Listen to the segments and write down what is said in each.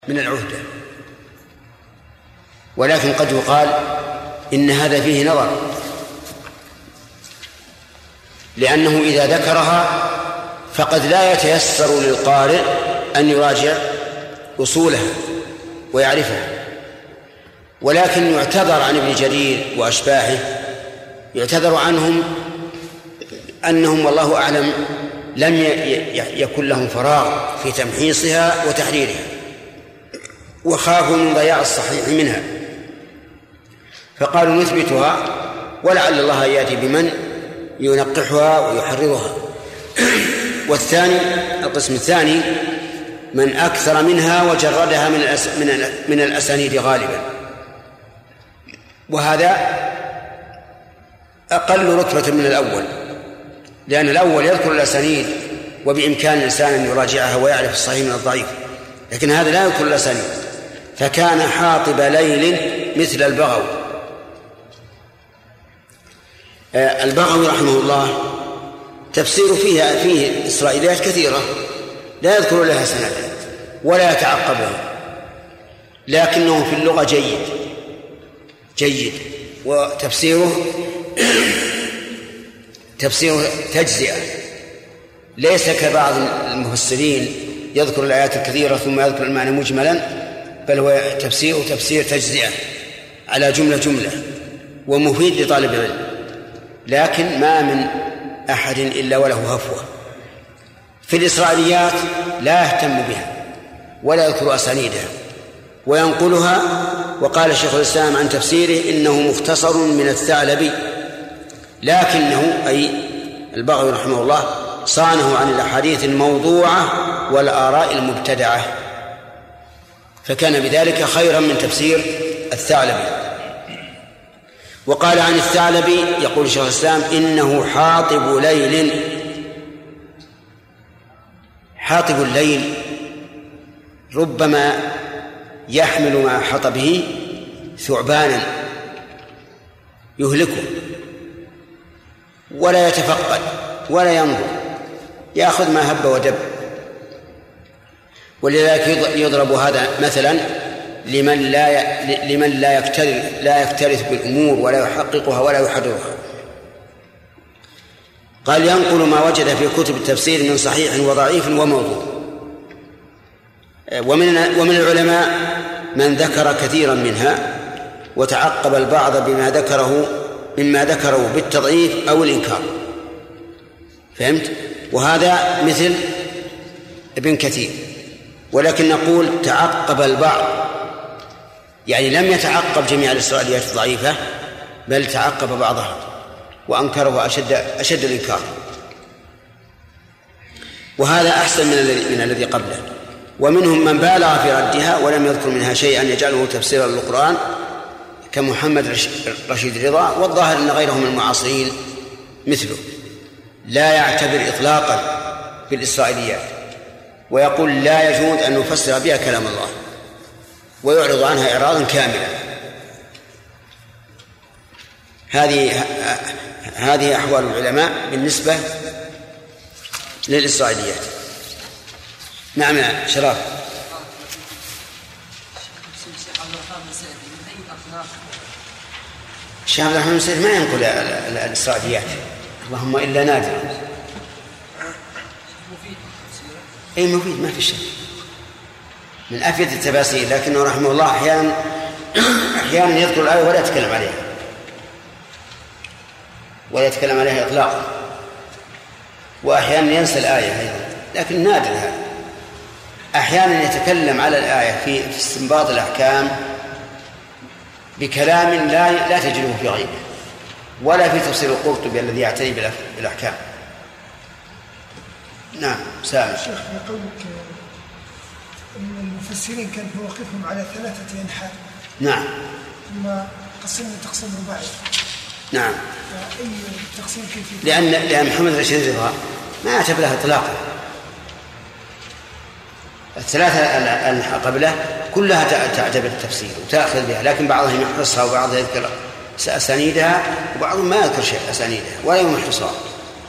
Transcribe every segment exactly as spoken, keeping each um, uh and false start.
من العهدة، ولكن قد يقال إن هذا فيه نظر، لأنه إذا ذكرها فقد لا يتيسر للقارئ أن يراجع أصولها ويعرفها، ولكن يعتذر عن ابن جرير وأشباهه، يعتذر عنهم أنهم والله أعلم لم يكن لهم فراغ في تمحيصها وتحريرها، وخافوا من ضياع الصحيح منها، فقالوا نثبتها ولعل الله يأتي بمن ينقحها ويحررها. والثاني القسم الثاني من أكثر منها وجردها من الأس من, من الأسانيد غالبا، وهذا أقل رتبة من الأول، لأن الأول يذكر الأسانيد وبإمكان الإنسان أن يراجعها ويعرف الصحيح من الضعيف، لكن هذا لا يذكر الأسانيد. فكان حاطب ليل مثل البغوي. آه البغوي رحمه الله تفسير فيها فيه إسرائيليات كثيرة لا يذكر لها سندا ولا يتعقبها، لكنه في اللغة جيد جيد وتفسيره تفسيره تجزئة، ليس كبعض المفسرين يذكر الآيات الكثيرة ثم يذكر المعنى مجملا، بل هو تفسيره تفسير تجزئة على جملة جملة ومفيد لطالب العلم. لكن ما من أحد إلا وله هفوة في الإسرائيليات لا يهتم بها ولا يذكر أسانيدها وينقلها. وقال شيخ الإسلام عن تفسيره إنه مختصر من الثعلبي، لكنه أي البغوي رحمه الله صانه عن الأحاديث الموضوعة والآراء المبتدعة، فكان بذلك خيرا من تفسير الثعلبي. وقال عن الثعلبي يقول شيخ الإسلام إنه حاطب ليل. حاطب الليل ربما يحمل ما حط به ثعبانا يهلكه ولا يتفقد ولا ينظر، يأخذ ما هب ودب. ولذلك يضرب هذا مثلا لمن لا لمن لا يكترث لا يكترث بالأمور ولا يحققها ولا يحررها. قال ينقل ما وجد في كتب التفسير من صحيح وضعيف وموضوع. ومن ومن العلماء من ذكر كثيرا منها وتعقب البعض بما ذكره مما ذكره بالتضعيف أو الإنكار، فهمت؟ وهذا مثل ابن كثير. ولكن نقول تعقب البعض، يعني لم يتعقب جميع الإسرائيليات الضعيفة بل تعقب بعضها وأنكره أشد أشد الإنكار، وهذا أحسن من الذي من الذي قبله. ومنهم من بالغ في ردها ولم يذكر منها شيئا يجعله تفسيرا للقرآن كمحمد رشيد رضا، والظاهر أن غيرهم من المعاصرين مثله لا يعتبر إطلاقا في الإسرائيليات، ويقول لا يجوز أن نفسر بها كلام الله ويعرض عنها إعراضا كاملا. هذه هذه أحوال العلماء بالنسبة للإسرائيليات. نعم يا شراف. الشيخ عبد الرحمن السيد ما ينقل الإسرائيليات اللهم إلا نادرا. أي مفيد ما في شيء من أفيد التفاسير، لكنه رحمه الله أحيانا أحيانا يذكر الآية ولا يتكلم عليها ولا يتكلم عليها إطلاقا، وأحيانا ينسى الآية أيضا، لكن نادر هذا. أحيانا يتكلم على الآية في استنباط الأحكام بكلام لا لا تجده في غيره، ولا في تفسير القرطبي الذي يعتني بالأحكام. نعم سامع. شيخ قولك أن المفسرين كان موقفهم على ثلاثة أنحاء. نعم. ثم قسموا تقسيم رباعي. نعم. أي تقسيم كيف؟ لأن لأن محمد رشيد رضا ما اعتبرها إطلاقا. الثلاثة اللي قبله كلها تعتبر التفسير وتأخذ بها، لكن بعضهم يحرصها وبعضهم يذكر أسانيدها وبعضهم ما يذكر شيء أسانيدها ولا يحرصها.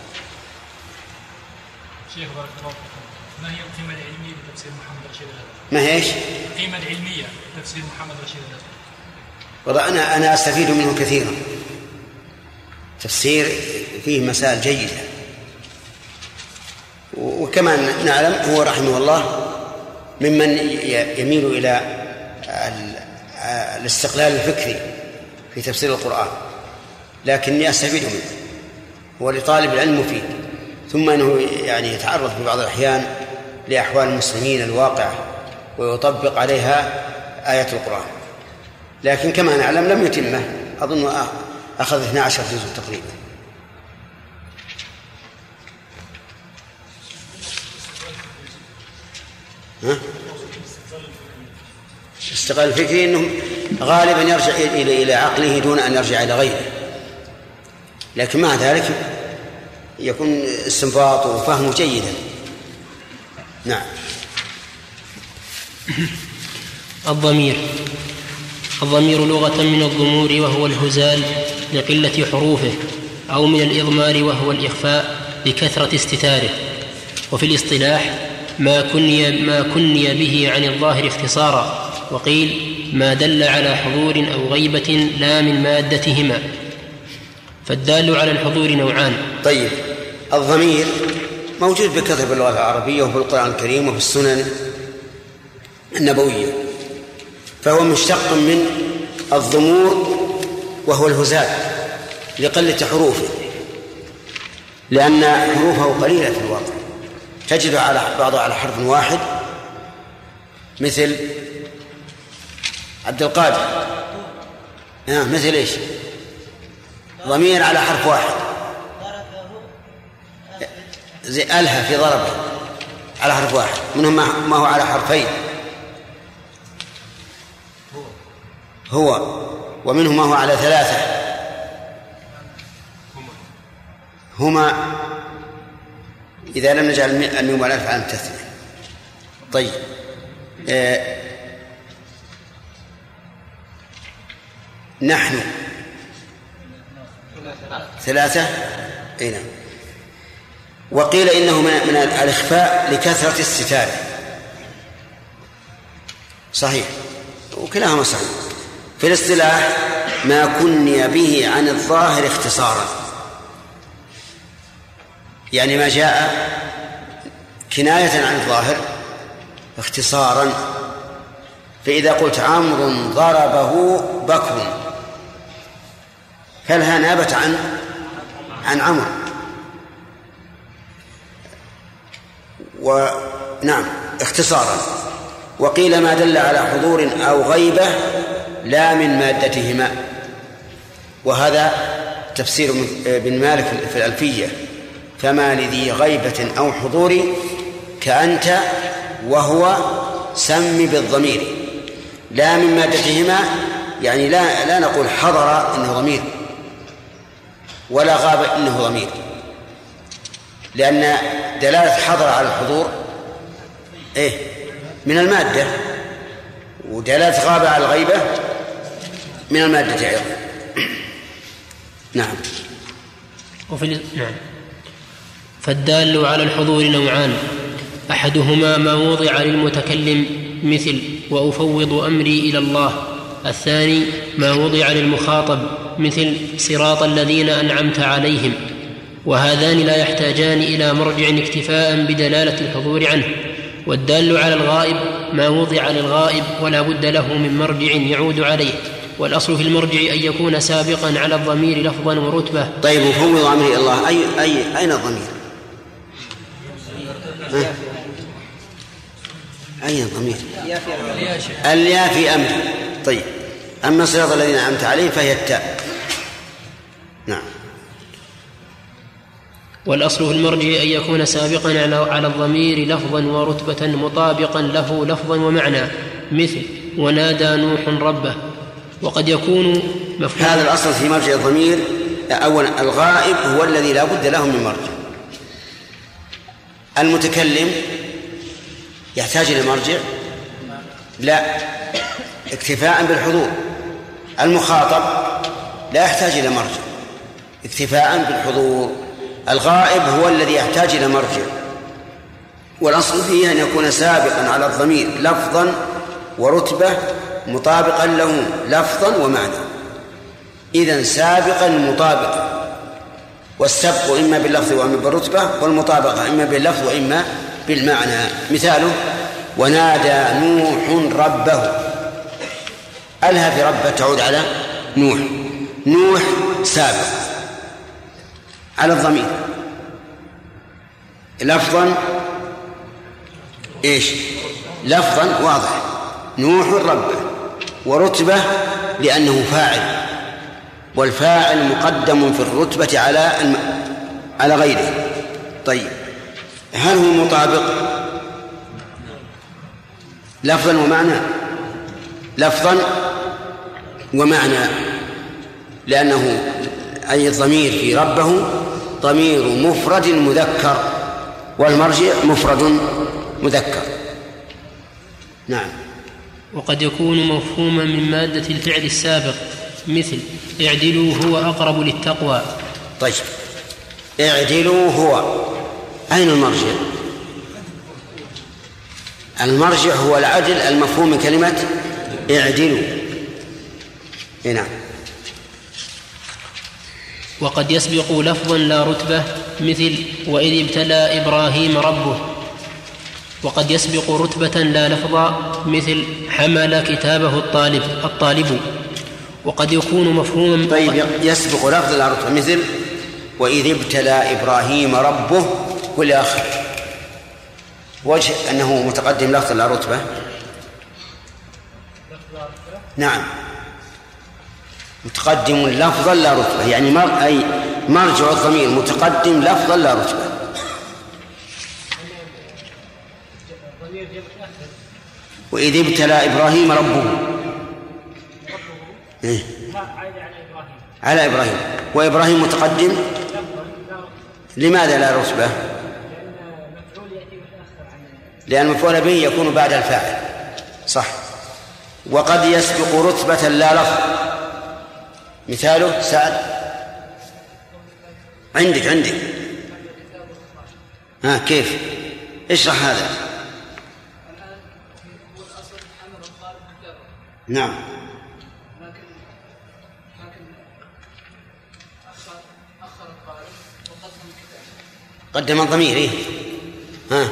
شيخ بارك الله فيكم، ما هي القيمة العلمية لتفسير محمد رشيد رضا؟ ما هيش القيمة العلمية تفسير محمد رشيد الأزهر. والله أنا أنا أستفيد منه كثيرا، تفسير فيه مسائل جيدة، وكما نعلم هو رحمه الله ممن يميل إلى الاستقلال الفكري في تفسير القرآن، لكني أستفيد منه، هو لطالب العلم مفيد، ثم أنه يعني يتعرض في بعض الأحيان لأحوال المسلمين الواقعة ويطبق عليها آيات القرآن، لكن كما نعلم لم يتمه، أظن أخذ اثنا عشر جزء تقريبا. ها؟ استقلال الفكري أنه غالبا يرجع إلى إلى عقله دون أن يرجع إلى غيره، لكن مع ذلك يكون استنباط وفهمه جيدا. نعم. الضمير الضمير لغة من الضمور وهو الهزال لقلة حروفه، أو من الإضمار وهو الإخفاء لكثرة استتاره. وفي الاصطلاح ما كني, ما كني به عن الظاهر اختصارا، وقيل ما دل على حضور أو غيبة لا من مادتهما. فالدال على الحضور نوعان. طيب، الضمير موجود بكثرة في اللغة العربية وفي القرآن الكريم وفي السنن النبوية، فهو مشتق من الضمور وهو الهزال لقلة حروفه، لأن حروفه قليلة في الواقع، تجد على بعضها على حرف واحد، مثل عبد القادر. آه مثل إيش؟ ضمير على حرف واحد، زي ألها في ضربه على حرف واحد، منهم ما هو على حرفين هو، ومنهم ما هو على ثلاثة هما، إذا لم نجعل الميم والألف على التثنية. طيب، آه نحن ثلاثة. أي نعم. وقيل إنه من الإخفاء لكثرة الستار. صحيح، وكلاهما صحيح. في الاصطلاح ما كني به عن الظاهر اختصارا، يعني ما جاء كناية عن الظاهر اختصارا. فإذا قلت عمرو ضربه بكر، فلها نابت عن عن عمرو. ونعم اختصارا. وقيل ما دل على حضور أو غيبة لا من مادتهما، وهذا تفسير بن مالك في الألفية: فما لذي غيبة أو حضور كأنت وهو سم بالضمير لا من مادتهما، يعني لا, لا نقول حضر إنه ضمير ولا غاب إنه ضمير، لأن دلالة حضر على الحضور إيه من المادة، ودلالة غاب على الغيبة من المادة أيضا. نعم. وفي نعم. فالدال على الحضور نوعان: أحدهما ما وضع للمتكلم مثل وأفوض أمري إلى الله، الثاني ما وضع للمخاطب مثل صراط الذين أنعمت عليهم، وهذان لا يحتاجان إلى مرجع اكتفاء بدلالة الحضور عنه. والدال على الغائب ما وضع للغائب ولا بد له من مرجع يعود عليه، والأصل في المرجع أن يكون سابقا على الضمير لفظا ورتبة. طيب، وفوض أمري إلى الله، أي أي أين الضمير؟ أين الضمير؟ اليا في أمري. طيب، أما صراط الذين أنعمت عليهم فهي التاء. نعم. والأصل في المرجع أن يكون سابقا على الضمير لفظا ورتبة مطابقا له لفظا ومعنى، مثل ونادى نوح ربه. وقد يكون مفهوم هذا الأصل في مرجع الضمير. أولا، الغائب هو الذي لا بد له من مرجع. المتكلم يحتاج إلى مرجع؟ لا، اكتفاء بالحضور. المخاطب لا يحتاج إلى مرجع، اكتفاء بالحضور. الغائب هو الذي يحتاج إلى مرجع، والأصل فيه أن يكون سابقا على الضمير لفظا ورتبة مطابقا له لفظا ومعنى. إذن سابقا مطابقا، والسبق إما باللفظ وإما بالرتبة، والمطابقة إما باللفظ وإما بالمعنى. مثاله: ونادى نوح ربه. ألها في ربه تعود على نوح. نوح سابق على الضمير لفظا إيش؟ لفظا واضح، نوح ربه، ورتبة لأنه فاعل، والفاعل مقدم في الرتبة على الم... على غيره. طيب، هل هو مطابق لفظا ومعنى؟ لفظا ومعنى، لأنه أي الضمير في ربه ضمير مفرد مذكر، والمرجع مفرد مذكر. نعم. وقد يكون مفهوما من مادة الفعل السابق، مثل اعدلوا هو أقرب للتقوى. طيب، اعدلوا هو، أين المرجع؟ المرجع هو العدل المفهوم من كلمة اعدلوا. نعم. وقد يسبق لفظا لا رتبة، مثل وإذ ابتلى إبراهيم ربه. وقد يسبق رتبة لا لفظا، مثل حمل كتابه الطالب الطالب. وقد يكون مفهوما. طيب، يسبق لفظ لا رتبة، مثل وإذ ابتلى إبراهيم ربه والى آخر. وجه أنه متقدم لفظ لا رتبة. نعم، متقدم لفظا لا رتبة، يعني مر... أي مرجع الضمير متقدم لفظا لا رتبة. وإذ ابتلى إبراهيم ربه إيه؟ على إبراهيم، وإبراهيم متقدم، لماذا لا رتبة؟ لأن المفعول به يكون بعد الفاعل، صح. وقد يسبق رتبة لا لفظ، مثاله سعد. عندك عندك ها كيف؟ اشرح هذا. نعم. قدم الضمير إيه؟ ها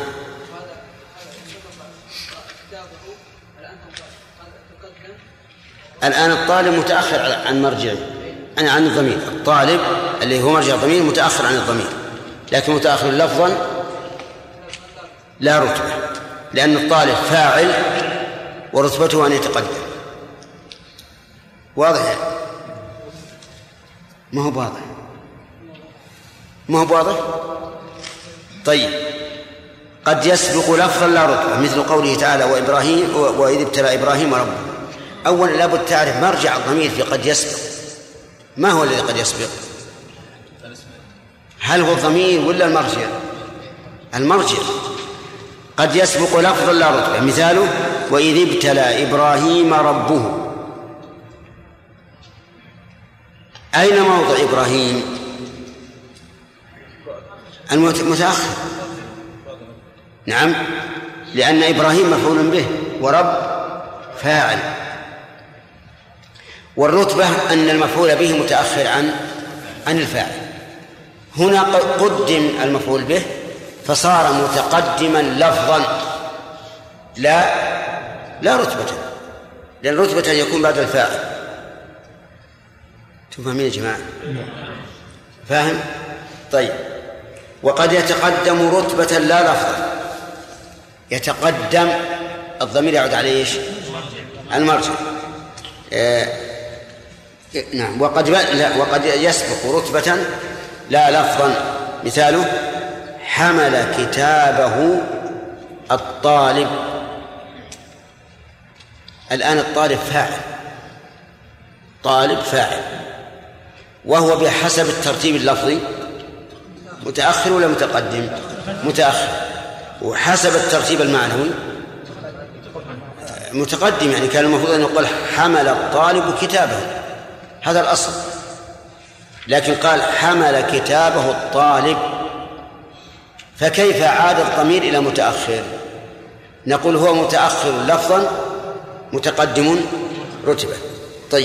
الآن الطالب متأخر عن مرجعه، عن الضمير. الطالب اللي هو مرجع الضمير متأخر عن الضمير، لكن متأخر لفظا لا رتبة، لأن الطالب فاعل ورتبته أن يتقدم. واضح؟ ما هو واضح؟ ما هو واضح؟ طيب، قد يسبق لفظا لا رتبة، مثل قوله تعالى وإبراهيم وإذ ابتلى إبراهيم ربه. أولا لابد تعرف مرجع الضمير في قد يسبق. ما هو الذي قد يسبق؟ هل هو الضمير ولا المرجع؟ المرجع. قد يسبق لفظا لا رتبة، مثاله وإذ ابتلى إبراهيم ربه. أين موضع إبراهيم؟ المتأخر. نعم، لأن إبراهيم مفعول به ورب فاعل. والرتبة أن المفعول به متأخر عن عن الفاعل. هنا قدم المفعول به فصار متقدما لفظا لا لا رتبة، لأن رتبة يكون بعد الفاعل. تفهمين يا جماعة؟ فاهم؟ طيب. وقد يتقدم رتبة لا لفظا، يتقدم الضمير يعود عليه ايش؟ المرجع. آه نعم. وقد لا وقد يسبق رتبة لا لفظا، مثاله حمل كتابه الطالب. الآن الطالب فاعل، طالب فاعل، وهو بحسب الترتيب اللفظي متأخر ولا متقدم؟ متأخر. وحسب الترتيب المعنوي متقدم، يعني كان المفروض أن يقول حمل الطالب كتابه، هذا الأصل، لكن قال حمل كتابه الطالب، فكيف عاد الضمير إلى متأخر؟ نقول هو متأخر لفظا متقدم رتبة. طيب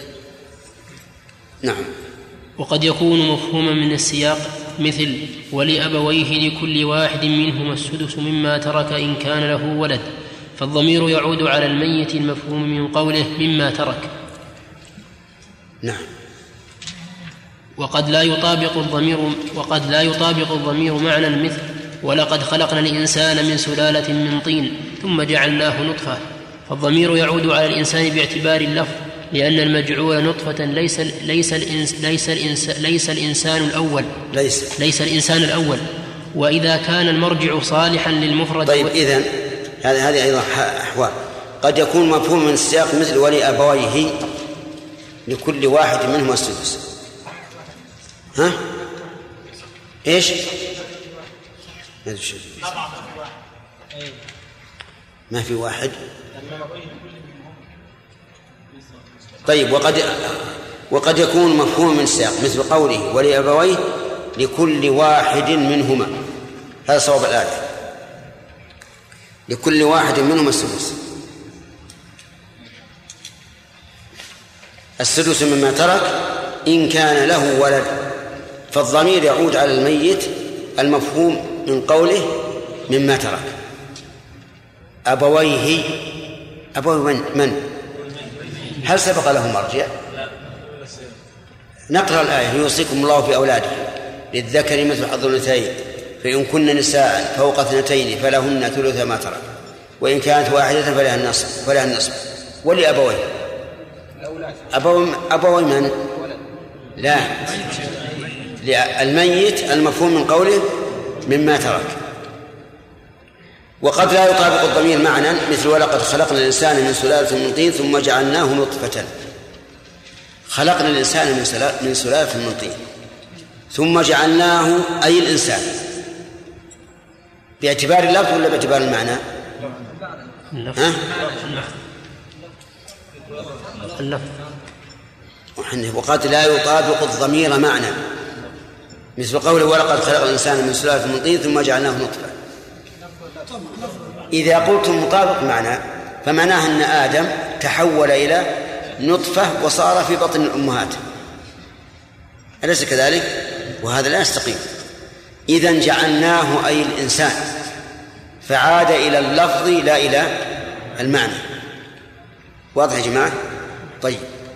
نعم. وقد يكون مفهوما من السياق مثل ولأبويه لكل واحد منهما السدس مما ترك إن كان له ولد، فالضمير يعود على الميت المفهوم من قوله مما ترك. نعم. وقد لا يطابق الضمير وقد لا يطابق الضمير معنى مثل ولقد خلقنا الإنسان من سلالة من طين ثم جعلناه نطفة، فالضمير يعود على الإنسان باعتبار اللفظ، لأن المجعول نطفة ليس ليس الإنس ليس الإنس ليس الإنسان الأول ليس ليس الإنسان الأول. وإذا كان المرجع صالحا للمفرد. طيب إذن هذه هذه أيضا أحوال. قد يكون مفهوم من السياق مثل ولأبويه لكل واحد منهما السدس. ها إيش؟ ما في واحد. طيب وقد وقد يكون مفهوم من السياق مثل قوله ولأبويه لكل واحد منهما، هذا صواب الآية، لكل واحد منهما السدس. السدس مما ترك إن كان له ولد، فالضمير يعود على الميت المفهوم من قوله مما ترك. أبويه أبويه من؟ من؟ هل سبق له مرجع؟ نقرأ الآية يوصيكم الله في أولاده للذكر مثل حظ الأنثيين فإن كن نساء فوق اثنتين فلهن ثلث ما ترك وإن كانت واحدة فلها النصف فلها النصف. ولأبويه أبوي أبوي من؟ لا، الميت المفهوم من قوله مما ترك. وقد لا يطابق الضمير معنى مثل ولقد خلقنا الإنسان من سلالة من طين ثم جعلناه نطفة. خلقنا الإنسان من سلالة من طين ثم جعلناه أي الإنسان باعتبار اللفظ ولا باعتبار المعنى؟ ها؟ اللفظ. وقد لا يطابق الضمير معنى مثل قوله ولقد خلقنا الإنسان من سلالة من طين ثم جعلناه نطفة. إذا قلتم مطابق معنى فمعناه أن آدم تحول إلى نطفة وصار في بطن الأمهات، أليس كذلك؟ وهذا لا يستقيم. إذن جعلناه أي الإنسان، فعاد إلى اللفظ لا إلى المعنى. واضح يا جماعة؟ طيب.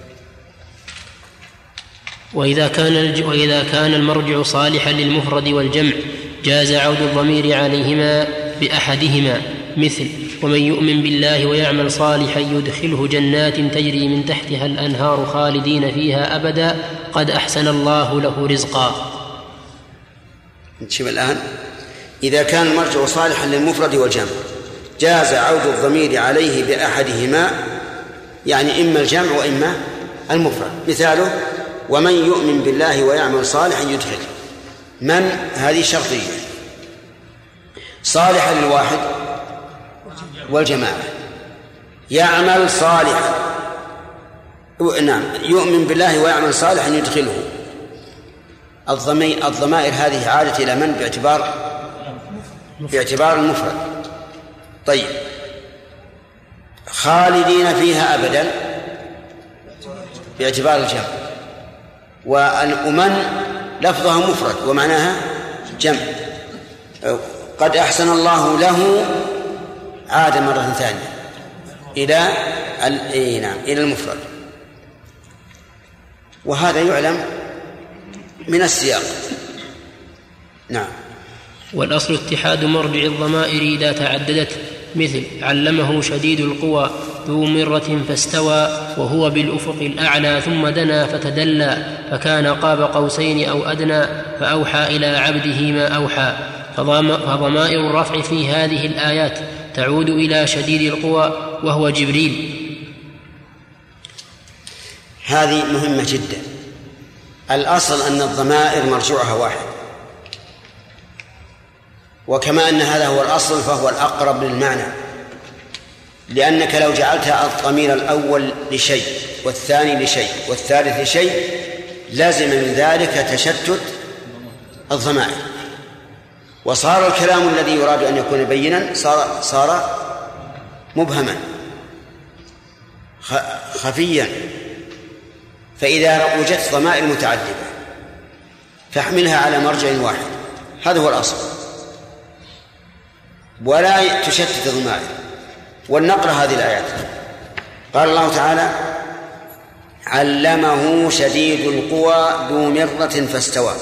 وإذا كان وإذا كان المرجع صالحا للمفرد والجمع جاز عود الضمير عليهما بأحدهما مثل ومن يؤمن بالله ويعمل صالحا يدخله جنات تجري من تحتها الأنهار خالدين فيها أبدا قد أحسن الله له رزقا. نشوف الآن إذا كان المرجع صالحا للمفرد والجمع جاز عود الضمير عليه بأحدهما، يعني إما الجمع وإما المفرد. مثاله ومن يؤمن بالله ويعمل صالحا يدخل من، هذه شرطية، صالحا للواحد والجماعة، يعمل صالحا، نعم يؤمن بالله ويعمل صالحا يدخله. الضمائر هذه عادت إلى من باعتبار باعتبار المفرد. طيب خالدين فيها أبدا باعتبار الجمع، ومن لفظها مفرد ومعناها جمع. قد أحسن الله له عاد مرة ثانية إلى نعم إلى المفرد، وهذا يعلم من السياق. نعم. والأصل اتحاد مرجع الضمائر إذا تعددت مثل علمه شديد القوى ذو مرة فاستوى وهو بالأفق الأعلى ثم دنا فتدلى فكان قاب قوسين أو أدنى فأوحى إلى عبده ما أوحى. فضمائر الرفع في هذه الآيات تعود إلى شديد القوى وهو جبريل. هذه مهمة جدا. الأصل أن الضمائر مرجوعها واحد، وكما أن هذا هو الأصل فهو الأقرب للمعنى، لأنك لو جعلت الضمير الأول لشيء والثاني لشيء والثالث لشيء لازم من ذلك تشتت الضمائر. وصار الكلام الذي يراد أن يكون بينا صار, صار مبهما خفيا. فإذا وجدت ضمائر متعددة فاحملها على مرجع واحد، هذا هو الأصل، ولا تشتت الضمائر. ولنقرأ هذه الآيات. قال الله تعالى: علمه شديد القوى ذو مرة فاستوى.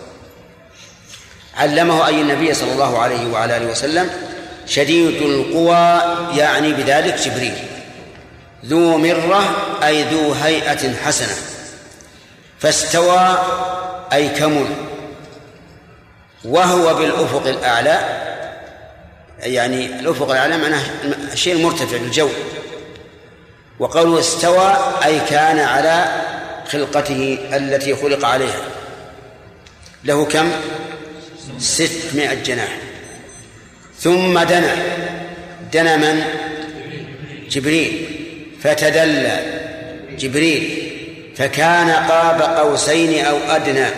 علمه أي النبي صلى الله عليه وعلى آله وسلم شديد القوى، يعني بذلك جبريل. ذو مرة أي ذو هيئة حسنة. فاستوى أي كمل، وهو بالأفق الأعلى، يعني الأفق الأعلى معناه الشيء المرتفع بالجو. وقوله استوى أي كان على خلقته التي خلق عليها. له كم؟ ستمائة جناح. ثم دنا. دنا من؟ جبريل. فتدلى جبريل فكان قاب قوسين أو أدنى.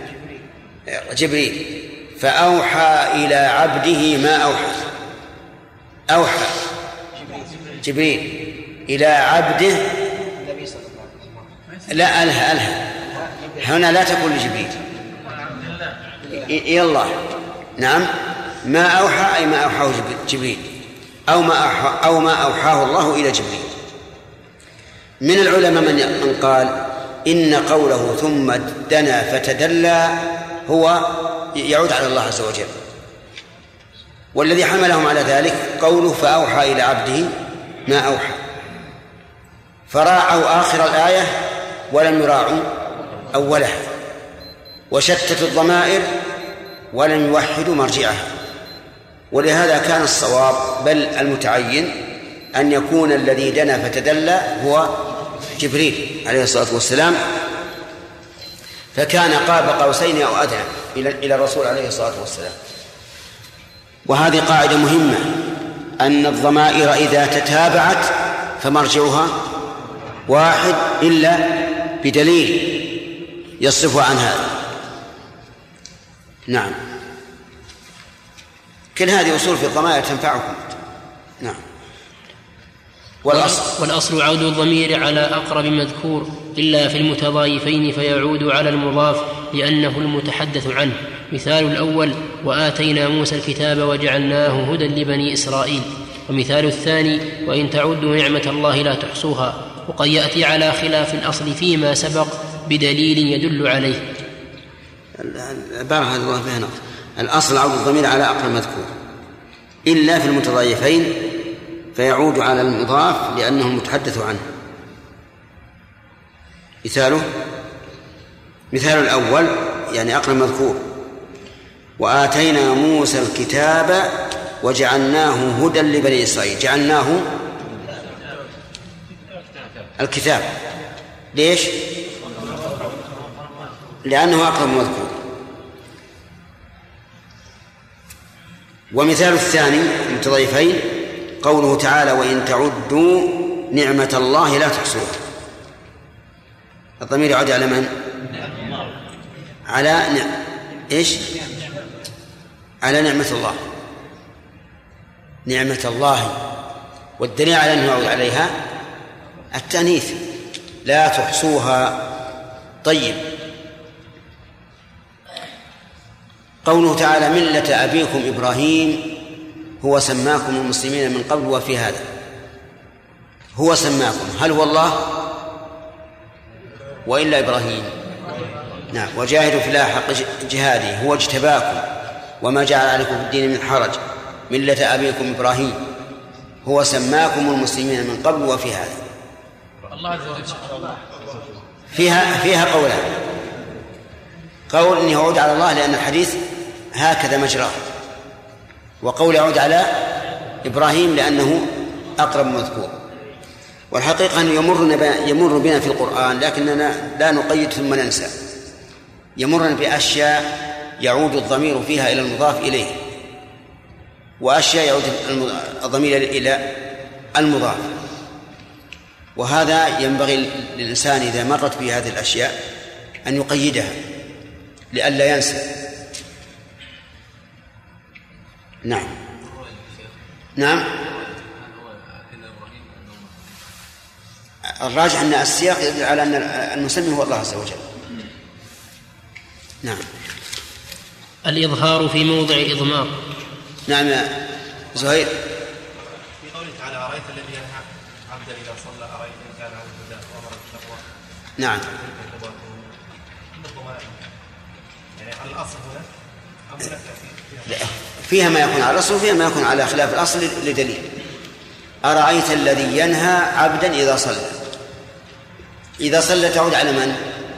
جبريل فأوحى إلى عبده ما أوحى. أوحى جبريل إلى عبده. لا ألها ألها هنا لا تقول لجبريل، إلى الله. نعم، ما أوحى أي ما أوحاه جبريل، أو ما أوحى أو ما أوحاه الله إلى جبريل. من العلماء من قال إن قوله ثم دنا فتدلى هو يعود على الله عز وجل، والذي حملهم على ذلك قوله فأوحى إلى عبده ما أوحى، فراعوا آخر الآية ولم يراعوا أولها، وشتتوا الضمائر ولم يوحدوا مرجعها. ولهذا كان الصواب بل المتعين أن يكون الذي دنا فتدلى هو جبريل عليه الصلاة والسلام، فكان قاب قوسين أو أدنى إلى الرسول عليه الصلاة والسلام. وهذه قاعدة مهمة، أن الضمائر إذا تتابعت فمرجعها واحد إلا بدليل يصرف عن هذا. نعم، كل هذه أصول في الضمائر تنفعكم. نعم. والأصل, والأصل عود الضمير على أقرب مذكور إلا في المتضايفين فيعود على المضاف لأنه المتحدث عنه. مثال الأول: وآتينا موسى الكتاب وجعلناه هدى لبني إسرائيل. ومثال الثاني: وإن تعدوا نعمة الله لا تحصوها. وقد يأتي على خلاف الأصل فيما سبق بدليل يدل عليه. العبارة هذا الله فيها نقص. الأصل عود الضمير على أقرب مذكور إلا في المتضايفين فيعود على المضاف لأنه متحدث عنه. مثاله: مثال الأول يعني أقرب مذكور: وآتينا موسى الكتاب وجعلناه هدى لبني إسرائيل. جعلناه الكتاب. ليش؟ لأنه أقرب مذكور. ومثال الثاني المتضايفين قوله تعالى: وإن تعدوا نعمة الله لا تحصوها. الضمير يعود على من؟ على نعم. إيش؟ على نعمة الله. نعمة الله، والدليل على أنه يعود عليها التأنيث لا تحصوها. طيب، قوله تعالى: ملة أبيكم إبراهيم هو سماكم المسلمين من قبل وفي هذا. هو سماكم، هل هو الله وإلا إبراهيم؟ نعم. وجاهدوا في الله حق جهاده هو اجتباكم وما جعل عليكم في الدين من حرج ملة أبيكم إبراهيم هو سماكم المسلمين من قبل وفي هذا. فيها فيها قولان: قول إنه يعود على الله لأن الحديث هكذا مجراه، وقول يعود على إبراهيم لأنه أقرب مذكور. والحقيقة أنه يمر بنا في القرآن لكننا لا نقيد ثم ننسى. يمرنا بأشياء يعود الضمير فيها إلى المضاف إليه، وأشياء يعود الضمير إلى المضاف. وهذا ينبغي للإنسان إذا مرت بهذه الأشياء أن يقيدها لئلا ينسى. نعم نعم الراجح أن السياق يدل على أن المسمي هو الله عز وجل. نعم. الإظهار في موضع إضمار. نعم يا زهير. في قوله تعالى أرأيت الذي ينهى عبدا إذا صلى أرأيت إن كان على الهدى وأمر بالتقوى. نعم. يعني على الأصل هنا فيها ما يكون على الأصل وفيها ما يكون على خلاف الأصل لدليل. أرأيت الذي ينهى عبدا إذا صلى. إذا صلى تعود على من؟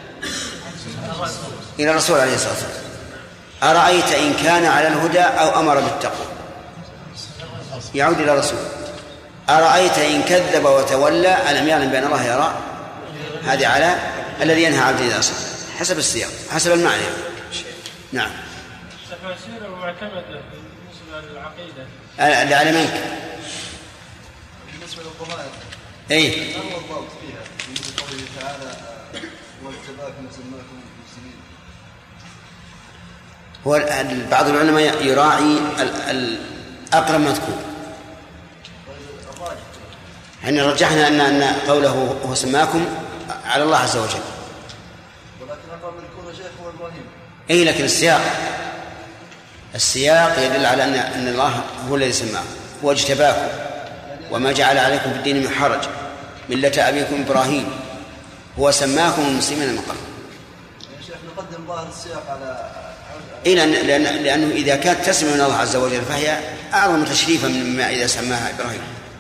إلى الرسول عليه الصلاة والسلام. أرأيت إن كان على الهدى أو أمر بالتقوى يعود إلى الرسول. أرأيت إن كذب وتولى ألم يعلم بأن الله يرى. هذه على الذي ينهى عبدا إذا صلى حسب السياق حسب المعنى. نعم. تفاسير المعتمدة بالنسبة للعقيدة اللي على منك بالنسبة للضمائر أي ما هو الضابط فيها بالنسبة لقوله تعالى واجتباكم وسماكم المسلمين؟ هو بعض العلماء يراعي الأقرب مذكور. يعني رجحنا أن أن قوله هو سماكم على الله عز وجل. ولكن أقرب مذكور شيخ هو إبراهيم. أي لكن السياق السياق يدل على أن أن الله هو الذي سماكم واجتباكم وما جعل عليكم في الدين من حرج ملة أبيكم إبراهيم هو سماكم المسلمين من قبل. يا شيخ نقدم ظاهر السياق على إيه لأن لأن لأنه إذا كانت تسمى من الله عز وجل فهي أعظم تشريفا مما إذا سماها إبراهيم.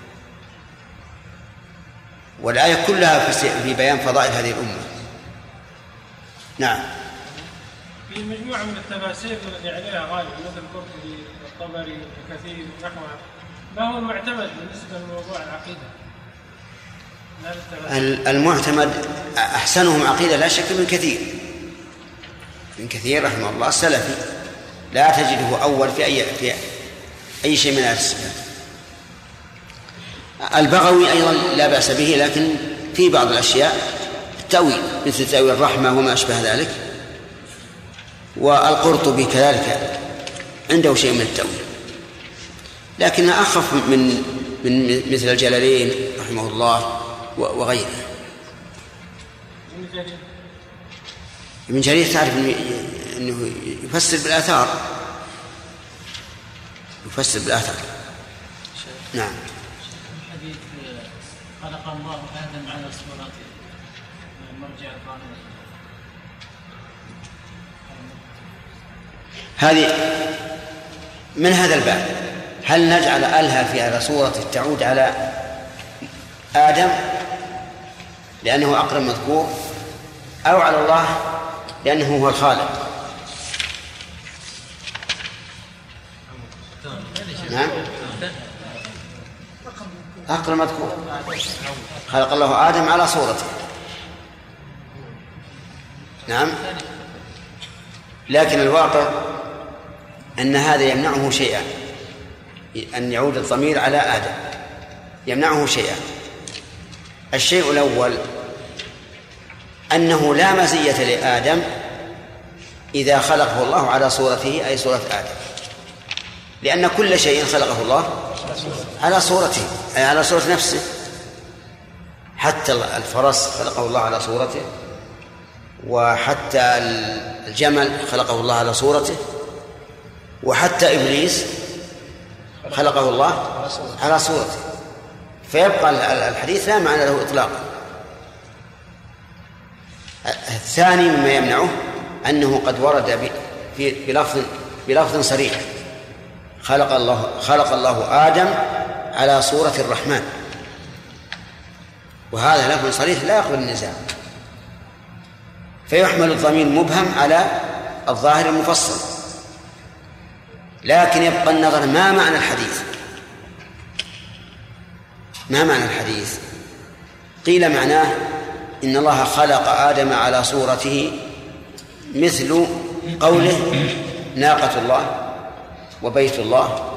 والآية كلها في بيان فضائل هذه الأمة. نعم. في مجموعة من التفاسير التي عليها غالب مثل القرطبي والطبري وكثير ونحوها ما هو المعتمد بالنسبة لموضوع العقيدة؟ المعتمد أحسنهم عقيدة لا شك من كثير من كثير رحمه الله السلفي لا تجده أول في أي في أي شيء من الصفات. البغوي أيضا لا بأس به لكن في بعض الأشياء التأويل مثل تأويل الرحمة وما أشبه ذلك. والقرطبي كذلك عنده شيء من التأويل لكن أخف من من مثل الجلالين رحمه الله وغيره. ابن جرير تعرف أنه يفسر بالآثار يفسر بالآثار. نعم. حديث خلق الله آدم على صورته مرجع الظاهر هذه من هذا الباب. هل نجعل ألها في على صورة تعود على آدم لأنه أقرب مذكور أو على الله لأنه هو الخالق؟ نعم أقرب مذكور خلق الله آدم على صورته. نعم. لكن الواقع أن هذا يمنعه شيئا أن يعود الضمير على آدم يمنعه شيئا. الشيء الأول أنه لا مزية لآدم إذا خلقه الله على صورته أي صورة آدم لأن كل شيء خلقه الله على صورته أي على صورة نفسه. حتى الفرس خلقه الله على صورته وحتى الجمل خلقه الله على صورته وحتى إبليس خلقه الله على صورته. فيبقى الحديث لا معنى له إطلاقا. الثاني مما يمنعه أنه قد ورد بلفظ بلفظ صريح خلق الله خلق الله آدم على صورة الرحمن وهذا لفظ صريح لا يقبل النزاع فيحمل الضمير مبهم على الظاهر المفصل. لكن يبقى النظر ما معنى الحديث ما معنى الحديث. قيل معناه إن الله خلق آدم على صورته مثل قوله ناقة الله وبيت الله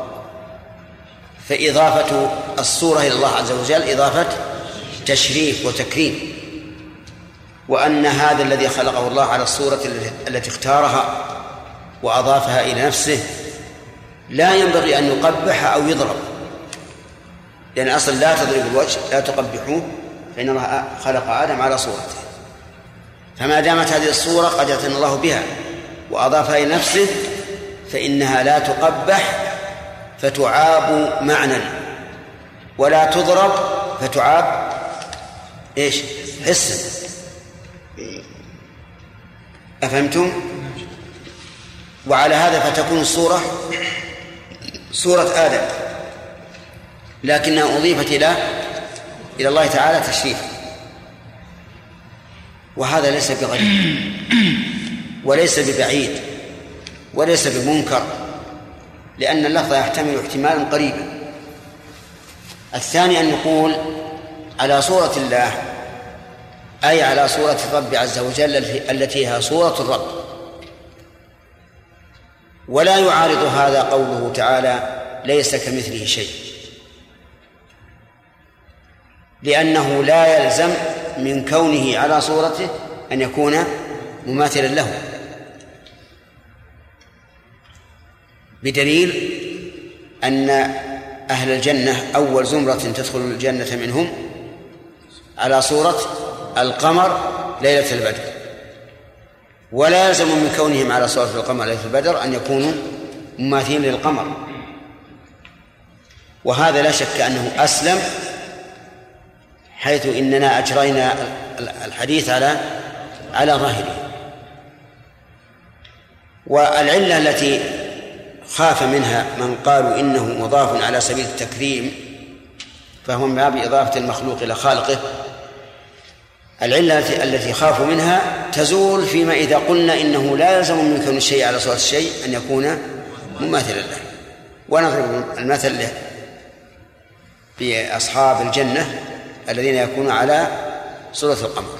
فإضافة الصورة إلى الله عز وجل إضافة تشريف وتكريم وأن هذا الذي خلقه الله على الصورة التي اختارها وأضافها إلى نفسه لا ينبغي أن يقبح أو يضرب، لأن أصل لا تضرب الوجه، لا تقبحوه، فإن الله خلق آدم على صورته. فما دامت هذه الصورة قد اعتنى الله بها وأضافها إلى نفسه فإنها لا تقبح فتعاب معنى، ولا تضرب فتعاب إيش؟ حسا. أفهمتم؟ وعلى هذا فتكون الصورة صورة آدم، لكنها أضيفت إلى إلى الله تعالى تشريفا، وهذا ليس بغريب وليس ببعيد وليس بمنكر، لأن اللفظ يحتمل احتمالا قريبا. الثاني أن نقول على صورة الله أي على صورة الرب عز وجل التي هي صورة الرب، ولا يعارض هذا قوله تعالى ليس كمثله شيء، لأنه لا يلزم من كونه على صورته أن يكون مماثلا له، بدليل أن أهل الجنة أول زمرة تدخل الجنة منهم على صورة القمر ليلة البدر، ولا يلزم من كونهم على صورة القمر ليلة البدر أن يكونوا مماثلين للقمر، وهذا لا شك أنه أسلم، حيث إننا أجرينا الحديث على على ظاهره. والعلة التي خاف منها من قالوا إنه مضاف على سبيل التكريم فهو من باب إضافة المخلوق إلى خالقه، العلة التي خافوا منها تزول فيما إذا قلنا إنه لا يلزم من كون الشيء على صورة الشيء أن يكون مماثلا له. ونضرب المثل له بأصحاب الجنة الذين يكونون على صورة القمر.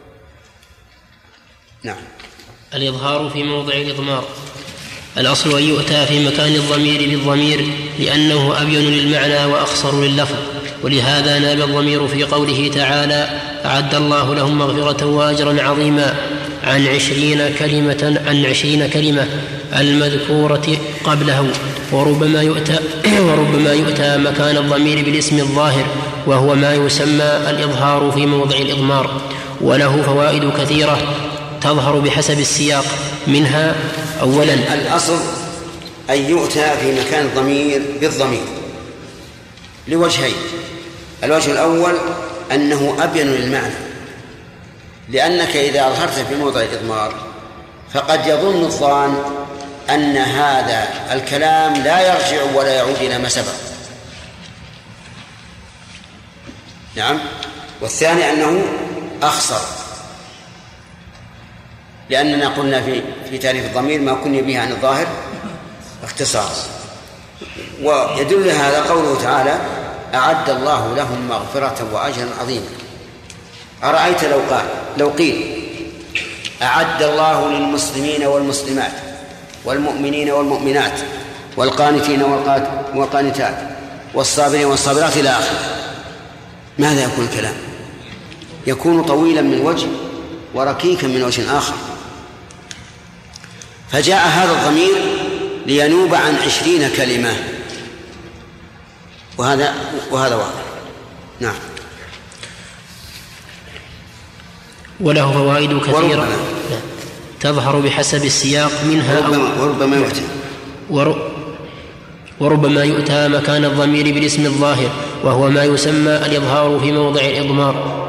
نعم. الإظهار في موضع الإضمار. الأصل أن يؤتى في مكان الضمير بالضمير لأنه أبين للمعنى وأخصر لللفظ، ولهذا ناب الضمير في قوله تعالى أعد الله لهم مغفرة وأجرا عظيما عن عشرين كلمة عن عشرين كلمة المذكورة قبله. وربما يؤتى وربما يؤتى مكان الضمير بالاسم الظاهر وهو ما يسمى الإظهار في موضع الإضمار، وله فوائد كثيرة تظهر بحسب السياق، منها أولا الأصل أن يؤتى في مكان الضمير بالضمير لوجهين. الوجه الأول أنه أبين للمعنى، لأنك إذا أظهرت في موضع الإضمار فقد يظن الظان أن هذا الكلام لا يرجع ولا يعود إلى ما سبق. نعم. والثاني أنه أخصر، لأننا قلنا في في تعريف الضمير ما كنا به عن الظاهر اختصار. ويدل هذا قوله تعالى أعد الله لهم مغفرة وأجرا عظيما. أرأيت لو قال لو قيل أعد الله للمسلمين والمسلمات والمؤمنين والمؤمنات والقانتين والقانتات والصابرين والصابرات إلى آخره، ماذا يكون الكلام؟ يكون طويلا من وجه وركيكا من وجه آخر. فجاء هذا الضمير لينوب عن عشرين كلمة، وهذا وهذا واضح. نعم. وله فوائد كثيرة تظهر بحسب السياق، منها وربما, وربما يؤتى ور وربما يؤتى مكان الضمير بالاسم الظاهر وهو ما يسمى الإظهار في موضع الإضمار.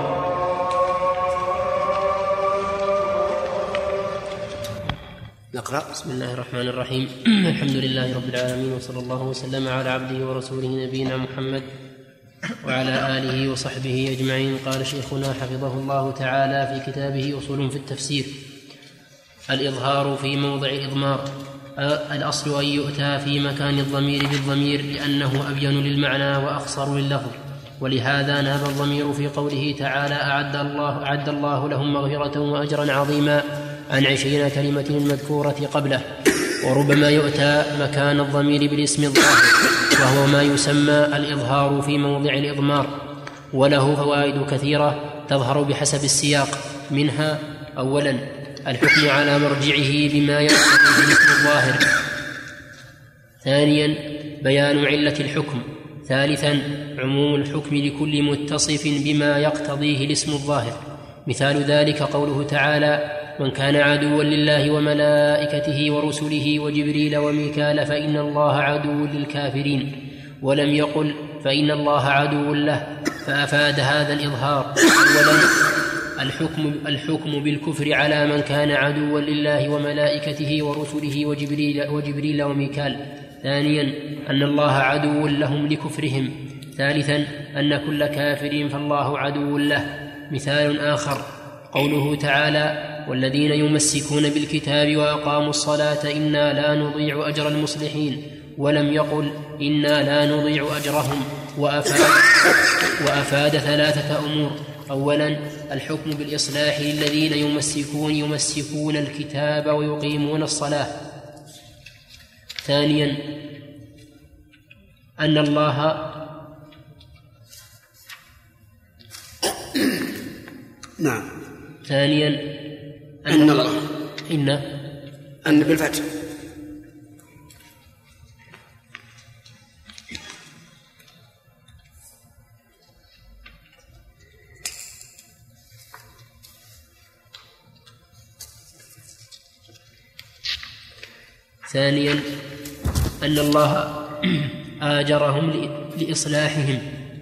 نقرأ. بسم الله الرحمن الرحيم. الحمد لله رب العالمين، وصلى الله وسلم على عبده ورسوله نبينا محمد وعلى آله وصحبه أجمعين. قال شيخنا حفظه الله تعالى في كتابه أصول في التفسير: الإظهار في موضع الإضمار. الأصل أن يؤتى في مكان الضمير بالضمير لأنه أبين للمعنى وأخصر لللفظ، ولهذا ناب الضمير في قوله تعالى أعد الله, أعد الله لهم مغفرة وأجرا عظيما عن عشرين كلمة المذكورة قبله. وربما يؤتى مكان الضمير بالاسم الظاهر وهو ما يسمى الإظهار في موضع الإضمار، وله فوائد كثيرة تظهر بحسب السياق، منها أولا الحكم على مرجعه بما يقتضي بالاسم الظاهر، ثانيا بيان علة الحكم. ثالثا عموم الحكم لكل متصف بما يقتضيه الاسم الظاهر. مثال ذلك قوله تعالى: من كان عدوا لله وملائكته ورسله وجبريل وميكال فإن الله عدو للكافرين، ولم يقل فإن الله عدو له، فأفاد هذا الإظهار. أولا الحكم, الحكم بالكفر على من كان عدوا لله وملائكته ورسله وجبريل, وجبريل وميكال. ثانيا أن الله عدو لهم لكفرهم. ثالثا أن كل كافر فالله عدو له. مثال آخر قوله تعالى: والذين يمسكون بالكتاب وأقاموا الصلاة إنا لا نضيع أجر المصلحين، ولم يقل إنا لا نضيع أجرهم، وأفاد, وأفاد ثلاثة أمور. أولا الحكم بالإصلاح للذين يمسكون يمسكون الكتاب ويقيمون الصلاة. ثانيا أن الله نعم ثانيا أن, أن الله إن أن بالفتح. ثانيا أن الله آجرهم لإصلاحهم.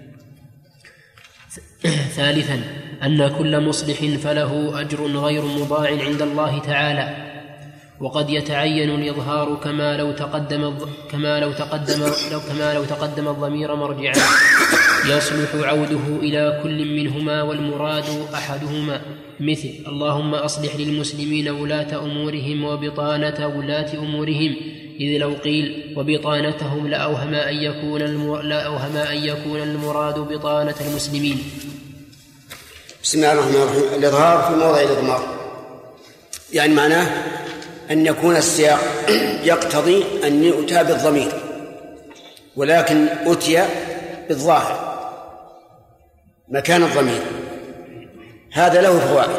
ثالثا أن كل مصلح فله أجر غير مضاع عند الله تعالى، وقد يتعين الإظهار كما لو تقدم كما لو تقدم لو كما لو تقدم الضمير مرجعا يصلح عوده إلى كل منهما والمراد أحدهما، مثل: اللهم أصلح للمسلمين ولاة أمورهم وبطانة ولاة أمورهم، إذ لو قيل وبطانتهم لأوهم أن يكون لأوهم أن يكون المراد بطانة المسلمين. بسم الله الرحمن الرحيم. الإظهار في موضع الإضمار، يعني معناه أن يكون السياق يقتضي أن يؤتى بالضمير، ولكن أتي بالظاهر مكان الضمير. هذا له فوائد،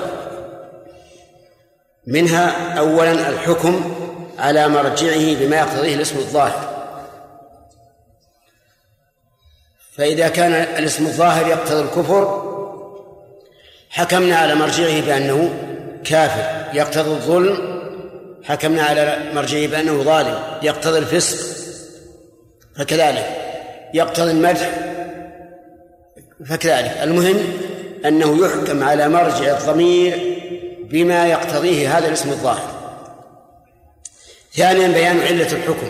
منها أولا الحكم على مرجعه بما يقتضيه الاسم الظاهر، فإذا كان الاسم الظاهر يقتضي الكفر حكمنا على مرجعه بأنه كافر، يقتضي الظلم حكمنا على مرجعه بأنه ظالم، يقتضي الفسق فكذلك، يقتضي المدح فكذلك. المهم أنه يحكم على مرجع الضمير بما يقتضيه هذا الاسم الظاهر. ثانيا بيان علة الحكم،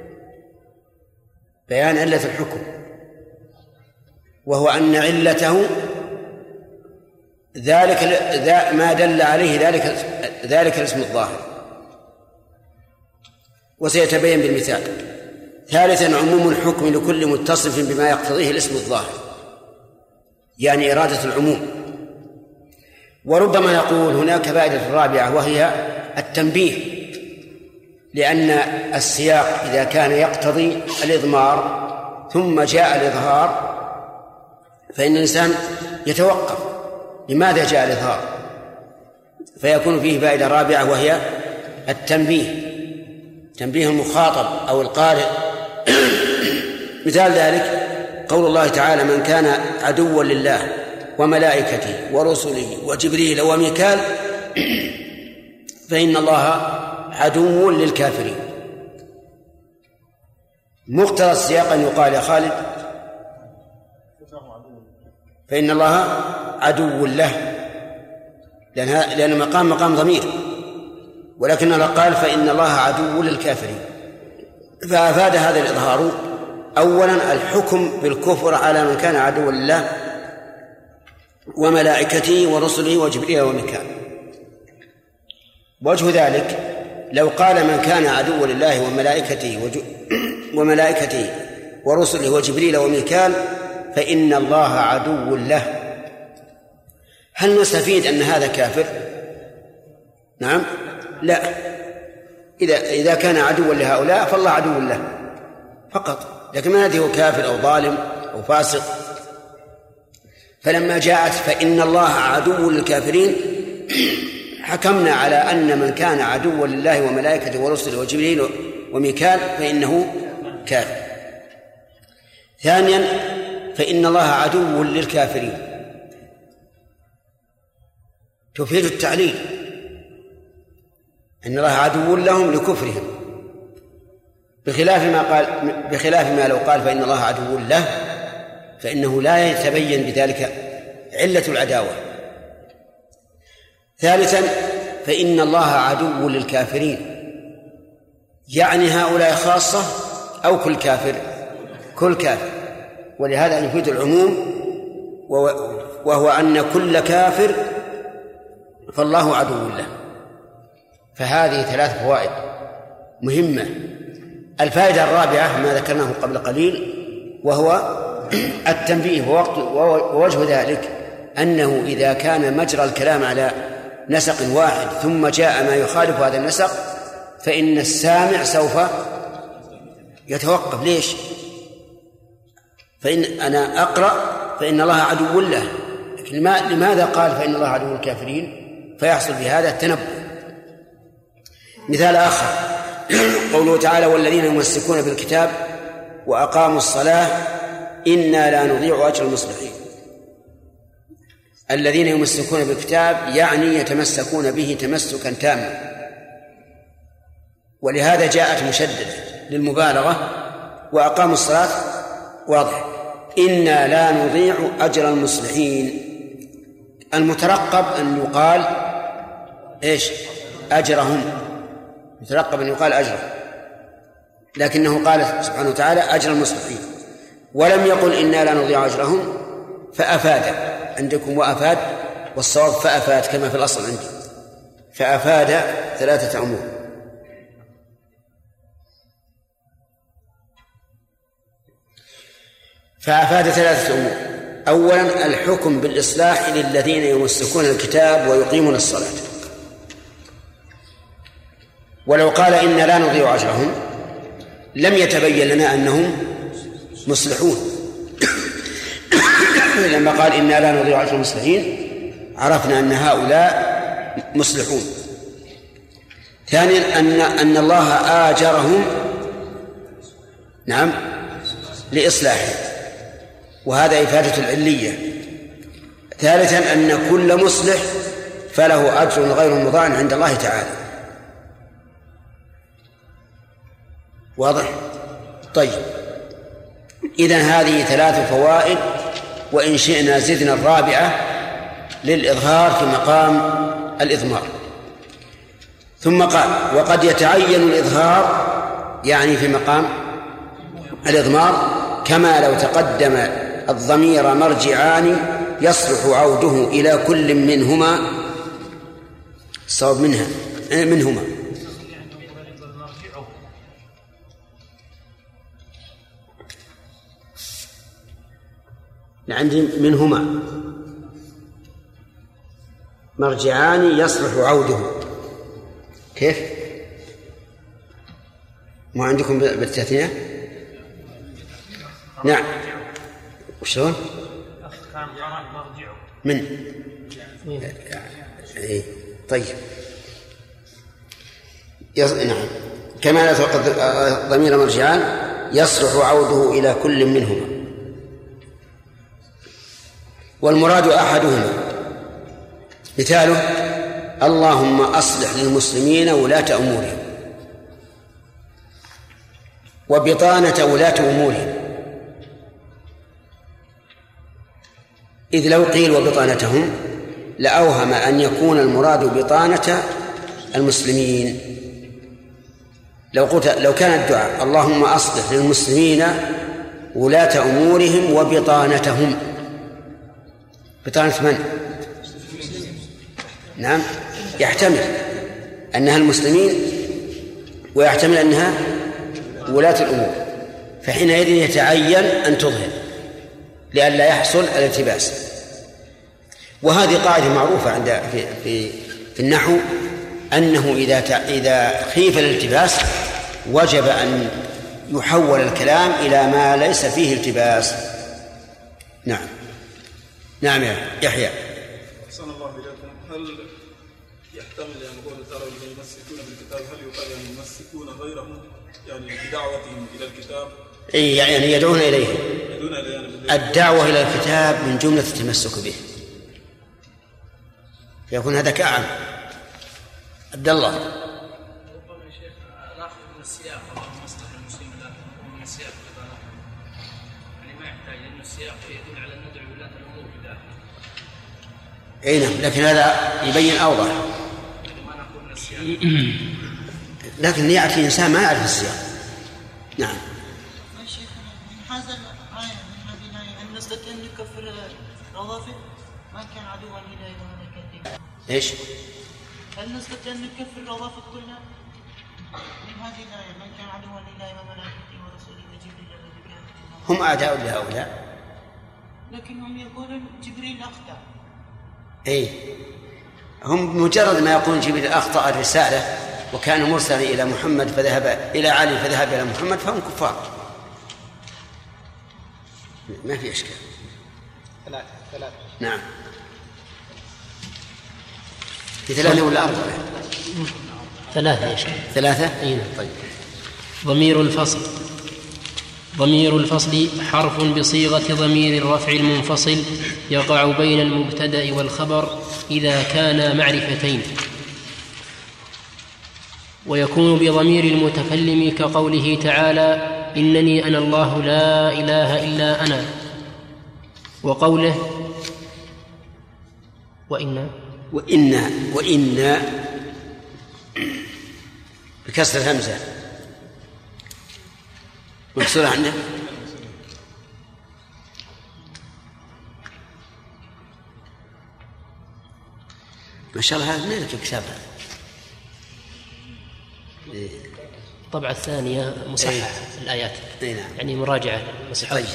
بيان علة الحكم وهو أن علته ذلك ما دل عليه ذلك ذلك الاسم الظاهر، وسيتبين بالمثال. ثالثا عموم الحكم لكل متصف بما يقتضيه الاسم الظاهر، يعني إرادة العموم. وربما نقول هناك فائدة رابعة وهي التنبيه، لأن السياق إذا كان يقتضي الإضمار ثم جاء الإظهار فإن الإنسان يتوقف لماذا جاء الإظهار، فيكون فيه فائدة رابعة وهي التنبيه، تنبيه المخاطب أو القارئ. مثال ذلك قول الله تعالى: من كان عدوا لله وملائكته ورسله وجبريل وميكال فإن الله عدو للكافرين. مقتضى السياق أن يقال يا خالد فإن الله عدو له، لأن مقام مقام ضمير، ولكن الله قال فإن الله عدو للكافرين. فأفاد هذا الإظهار أولا الحكم بالكفر على من كان عدوا لله وملائكته ورسله وجبريل وميكال. وجه ذلك لو قال من كان عدوا لله وملائكته وج... وملائكته ورسله وجبريل وميكال فإن الله عدو له، هل نستفيد أن هذا كافر؟ نعم، لا. إذا إذا كان عدوا لهؤلاء فالله عدو له فقط، لكن ما ندري هو كافر أو ظالم أو فاسق. فلما جاءت فإن الله عدو للكافرين حكمنا على أن من كان عدوا لله وملائكته ورسله وجبريل وميكال فإنه كافر. ثانيا فإن الله عدو للكافرين تفيد التعليل، أن الله عدو لهم لكفرهم، بخلاف ما قال بخلاف ما لو قال فإن الله عدو له فإنه لا يتبين بذلك علة العداوة. ثالثا فإن الله عدو للكافرين، يعني هؤلاء خاصة أو كل كافر؟ كل كافر، ولهذا يفيد العموم، وهو أن كل كافر فالله عدو له. فهذه ثلاث فوائد مهمة. الفائدة الرابعة ما ذكرناه قبل قليل، وهو التنبيه، ووجه ذلك أنه إذا كان مجرى الكلام على نسق واحد ثم جاء ما يخالف هذا النسق فإن السامع سوف يتوقف. ليش؟ فإن أنا أقرأ فإن الله عدو له، لكن لماذا قال فإن الله عدو الكافرين؟ فيحصل بهذا التنبه. مثال آخر قوله تعالى والذين يمسكون بالكتاب وأقاموا الصلاة إنا لا نضيع أجر المصلحين. الذين يمسكون بالكتاب يعني يتمسكون به تمسكا تاما، ولهذا جاءت مشددة للمبالغة. وأقاموا الصلاة واضح. إنا لا نضيع أجر المصلحين، المترقب أن يقال إيش؟ أجرهم، مترقب أن يقال أجرهم، لكنه قال سبحانه وتعالى أجر المصلحين، ولم يقل إنا لا نضيع أجرهم. فأفاد عندكم وأفاد، والصواب فأفاد كما في الأصل عندي. فأفاد ثلاثة أمور. فأفاد ثلاثة أمور. أولا الحكم بالإصلاح للذين يمسكون الكتاب ويقيمون الصلاة. ولو قال إنا لا نضيع أجرهم لم يتبين لنا أنهم مصلحون. لما قال إنا لا نضيع أجر المصلحين عرفنا أن هؤلاء مصلحون. ثانيا أن أن الله آجرهم نعم لإصلاحه، وهذا إفادة العلية. ثالثا أن كل مصلح فله أجر غير مضاعف عند الله تعالى. واضح؟ طيب، إذن هذه ثلاث فوائد، وإن شئنا زدنا الرابعة للإظهار في مقام الإضمار. ثم قال وقد يتعين الإظهار يعني في مقام الإضمار كما لو تقدم الضمير مرجعان يصلح عوده إلى كل منهما الصواب منها منهما عندي منهما مرجعان يصلح عوده. كيف؟ ما عندكم بالتثنية؟ نعم. وشلون؟ من؟ إيه. طيب. يص... نعم. كما يتوقد ضمير مرجعان يصلح عوده إلى كل منهما، والمراد أحدهما. مثاله اللهم أصلح للمسلمين ولاة أمورهم، وبطانة ولاة أمورهم، إذ لو قيل وبطانتهم لأوهم أن يكون المراد بطانة المسلمين. لو قلت لو كان الدعاء اللهم أصلح للمسلمين ولاة أمورهم وبطانتهم، بطانة من؟ نعم، يحتمل أنها المسلمين ويحتمل أنها ولاة الأمور، فحينئذ يتعين أن تظهر لئلا يحصل الالتباس. وهذه قاعدة معروفة عند في في, في النحو أنه إذا إذا خيف الالتباس وجب أن يحول الكلام إلى ما ليس فيه التباس. نعم. نعم يا يحيى. أحسن الله إليكم. هل يحتمل يعني قول تعالى الذين يمسكون بالكتاب، هل يقال يعني يمسكون غيرهم يعني بدعوتهم إلى الكتاب؟ إيه يعني يدعون إليه. يدعون إليه يعني الدعوة إلى الكتاب من جملة التمسك به، يكون هذا كأعم. عبد الله. ربما يا شيخ ناخذ من السياق اللهم اصلح المسلمين من السياق يعني ما يحتاج لأن السياق يدل على الندعو ولاة الأمور بداخل. اي نعم، لكن هذا يبين اوضح. ما نقول من السياق. لكن يأتي إنسان ما يعرف السياق. نعم. يا شيخ من هذا الآية من هذه الآية أن نستطيع أن نكفر الروافض ما كان عدوا لله وملائكته. ايش؟ هل نستطيع أن نكفر الروافض كلها؟ من هذه الآية من كان عدوا لله وملائكته ورسوله وجبريل الذي كان هم أعداء لهؤلاء. لكنهم يقولون جبريل أخطأ. اي هم مجرد ما يقول جبريل أخطأ الرسالة وكان مرسلا إلى محمد فذهب إلى علي فذهب إلى محمد فهم كفار، ما في إشكال. ثلاثة ثلاثة نعم. في ثلاثة ولا أربعة؟ ثلاثة يا شيخ. ثلاثة؟ أين؟ طيب. ضمير الفصل. ضمير الفصل حرف بصيغة ضمير الرفع المنفصل يقع بين المبتدأ والخبر إذا كانا معرفتين، ويكون بضمير المتكلم كقوله تعالى إنني أنا الله لا إله إلا أنا، وقوله وإنا وإنا وإنا بكسر الهمزة مكسورة عندك. ما شاء الله هذا من لك كتابها. الطبعة الثانية مصحح إيه. الآيات إيه نعم. يعني مراجعة مصحح. طيب.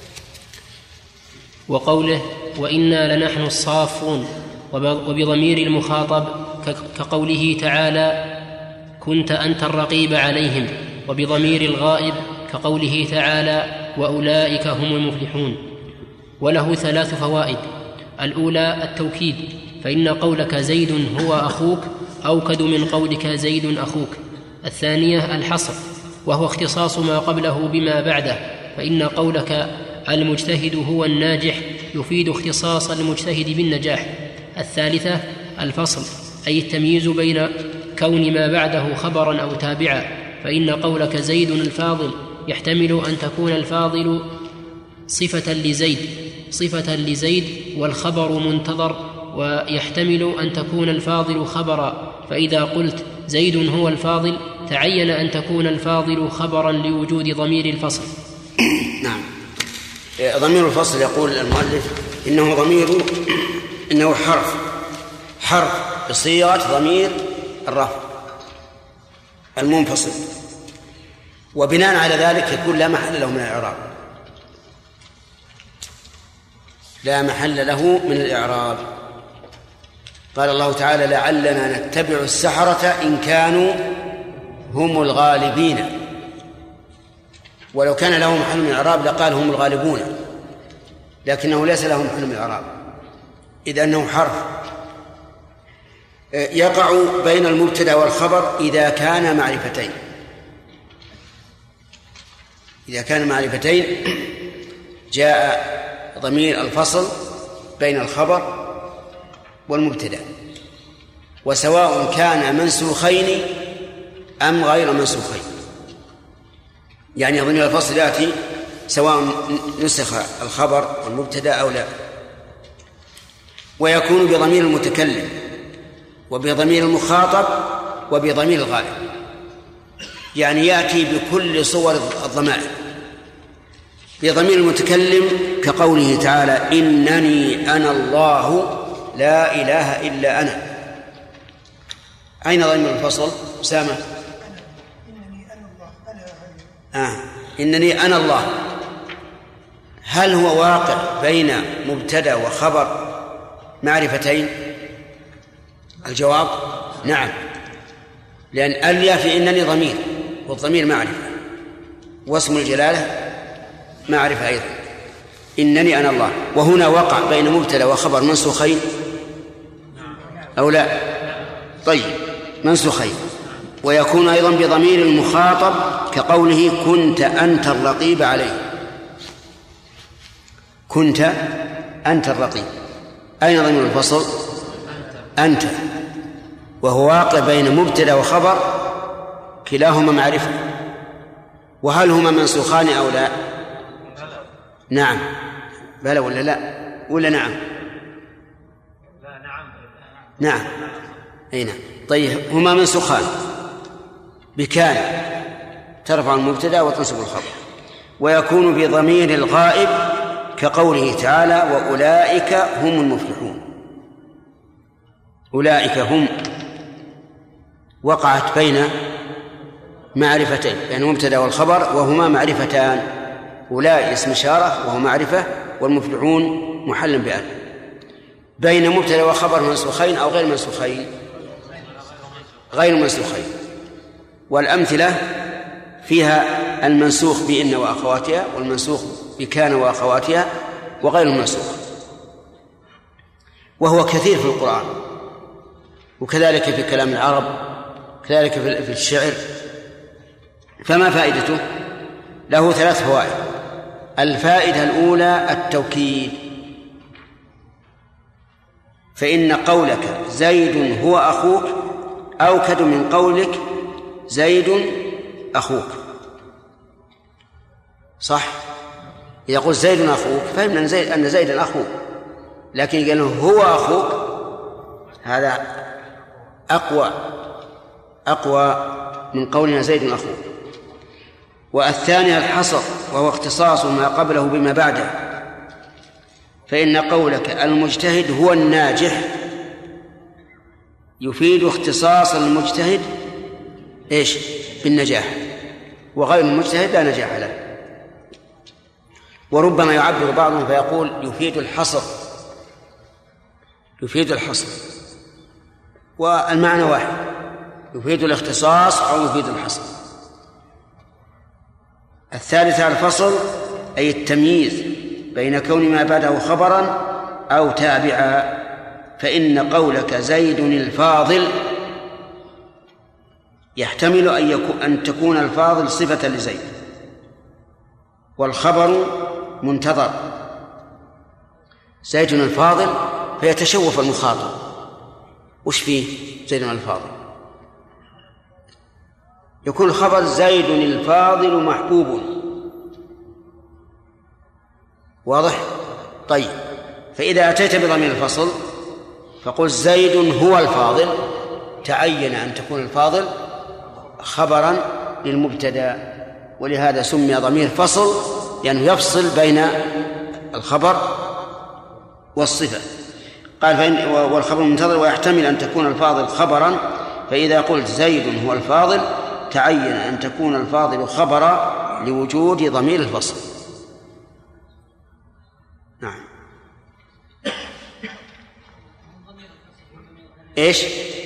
وقوله وإنا لنحن الصافون، وبضمير المخاطب كقوله تعالى كنت أنت الرقيب عليهم، وبضمير الغائب كقوله تعالى وأولئك هم المفلحون. وله ثلاث فوائد: الأولى التوكيد، فإن قولك زيد هو أخوك أوكد من قولك زيد أخوك. الثانية الحصر، وهو اختصاص ما قبله بما بعده، فإن قولك المجتهد هو الناجح يفيد اختصاص المجتهد بالنجاح. الثالثة الفصل، أي التمييز بين كون ما بعده خبرا أو تابعا، فإن قولك زيد الفاضل يحتمل أن تكون الفاضل صفة لزيد صفة لزيد والخبر منتظر، ويحتمل أن تكون الفاضل خبرا، فإذا قلت زيد هو الفاضل تعين أن تكون الفاضل خبرا لوجود ضمير الفصل. نعم. ضمير الفصل يقول المؤلف إنه ضمير إنه حرف حرف بصيغة ضمير الرفع المنفصل، وبناء على ذلك يكون لا محل له من الإعراب لا محل له من الإعراب. قال الله تعالى لعلنا نتبع السحرة إن كانوا هم الغالبين، ولو كان له محل من الإعراب لقال هم الغالبون، لكنه ليس له محل من الإعراب إذ أنه حرف يقع بين المبتدأ والخبر إذا كان معرفتين إذا كان معرفتين جاء ضمير الفصل بين الخبر والمبتدأ، وسواء كان منسوخين أم غير منسوخين، يعني ضمير الفصل يأتي سواء نسخ الخبر والمبتدأ أو لا. ويكون بضمير المتكلم وبضمير المخاطب وبضمير الغائب، يعني يأتي بكل صور الضمائر. بضمير المتكلم كقوله تعالى إنني أنا الله لا إله إلا أنا. أين ضمير الفصل؟ أسامة. إنني أنا الله أنا آه. إنني أنا الله، هل هو واقع بين مبتدأ وخبر معرفتين؟ الجواب نعم، لأن أليا في إنني ضمير، والضمير معرفة، واسم الجلالة معرفة أيضا. إنني أنا الله، وهنا وقع بين مبتدأ وخبر منسوخين أو لا؟ طيب منسوخين. ويكون أيضا بضمير المخاطب كقوله كنت أنت الرقيب عليه. كنت أنت الرقيب، أين ضمير الفصل؟ أنت، وهو واقع بين مبتدأ وخبر كلاهما معرفة. وهل هما منسوخان أو لا؟ نعم. بلى ولا لا؟ ولا نعم؟ لا نعم. نعم. أي نعم. طيب هما منسوخان بكان ترفع المبتدأ وتنصب الخبر. ويكون بضمير الغائب كقوله تعالى وأولئك هم المفلحون. أولئك هم وقعت بين معرفتين، بين المبتدأ والخبر وهما معرفتان. أولئك اسم إشارة وهو معرفة، والمفلحون محل بأل. بين مبتدأ وخبر منسوخين أو غير منسوخين؟ غير منسوخين. والأمثلة فيها المنسوخ بإن وأخواتها، والمنسوخ بكان وأخواتها، وغير المنسوخ، وهو كثير في القرآن، وكذلك في كلام العرب، كذلك في الشعر. فما فائدته؟ له ثلاث فوائد. الفائدة الأولى التوكيد، فإن قولك زيد هو أخوك أوكد من قولك زيد أخوك، صح؟ إذا قلت زيد أخوك فهمنا أن زيد أن زيدا أخوك، لكن قال هو أخوك هذا أقوى أقوى من قولنا زيد أخوك. والثاني الحصر، وهو اختصاص ما قبله بما بعده، فإن قولك المجتهد هو الناجح يفيد اختصاص المجتهد إيش؟ بالنجاح، وغير المجتهد لا نجاح له. وربما يعبر بعضهم فيقول يفيد الحصر، يفيد الحصر، والمعنى واحد، يفيد الاختصاص أو يفيد الحصر. الثالثة الفصل، أي التمييز بين كون ما بعده خبرا أو تابعا، فإن قولك زيد الفاضل يحتمل أن, يكون أن تكون الفاضل صفة لزيد، والخبر منتظر. زيد الفاضل فيتشوف المخاطب، وش فيه زيد الفاضل؟ يكون الخبر زيد الفاضل محبوب، واضح؟ طيب، فإذا أتيت بضمير الفصل فقل زيد هو الفاضل، تعين أن تكون الفاضل خبرا للمبتدأ، ولهذا سمي ضمير فصل يعني يفصل بين الخبر والصفة. قال فإن والخبر منتظر ويحتمل أن تكون الفاضل خبرا، فإذا قلت زيد هو الفاضل تعين أن تكون الفاضل خبرا لوجود ضمير الفصل. نعم. إيش؟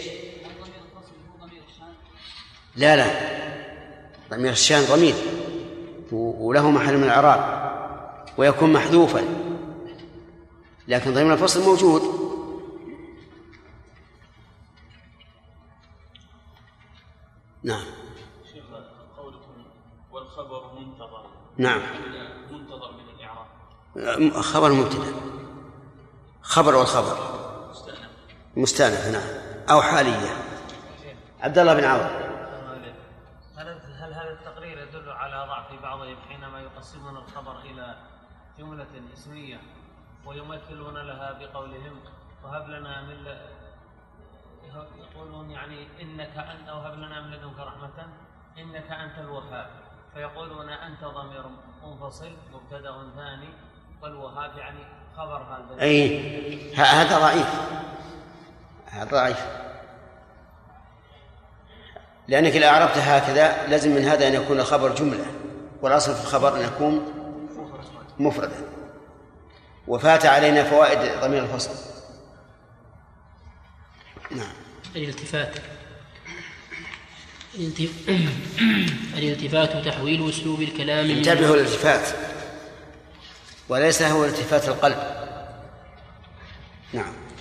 لا لا، ضمير الشان ضمير وله محل من الإعراب ويكون محذوفا، لكن ضمير الفصل موجود. نعم. شيخ قولكم والخبر منتظر. نعم. منتظر من الإعراب. خبر مبتدأ، خبر والخبر مستأنف. مستأنف نعم، أو حالية. عبد الله بن عوض. هل هذا التقرير يدل على ضعف بعضهم حينما يقسمون الخبر إلى جملة اسمية ويمثلون لها بقولهم وهب لنا من ل... يقولون يعني إنك أنت، أو هب لنا من لدنك رحمة إنك أنت الوهاب، فيقولون أنت ضمير منفصل مبتدأ ثاني، والوهاب يعني خبر هذا. أي هذا ضعيف، هذا ضعيف، لأنك إذا أعربت هكذا لازم من هذا أن يكون الخبر جملة، والأصل في الخبر أن يكون مفردا، وفات علينا فوائد ضمير الفصل. نعم. الالتفات الالتفات تحويل أسلوب الكلام. انتبهوا الالتفات، وليس هو التفات القلب. نعم.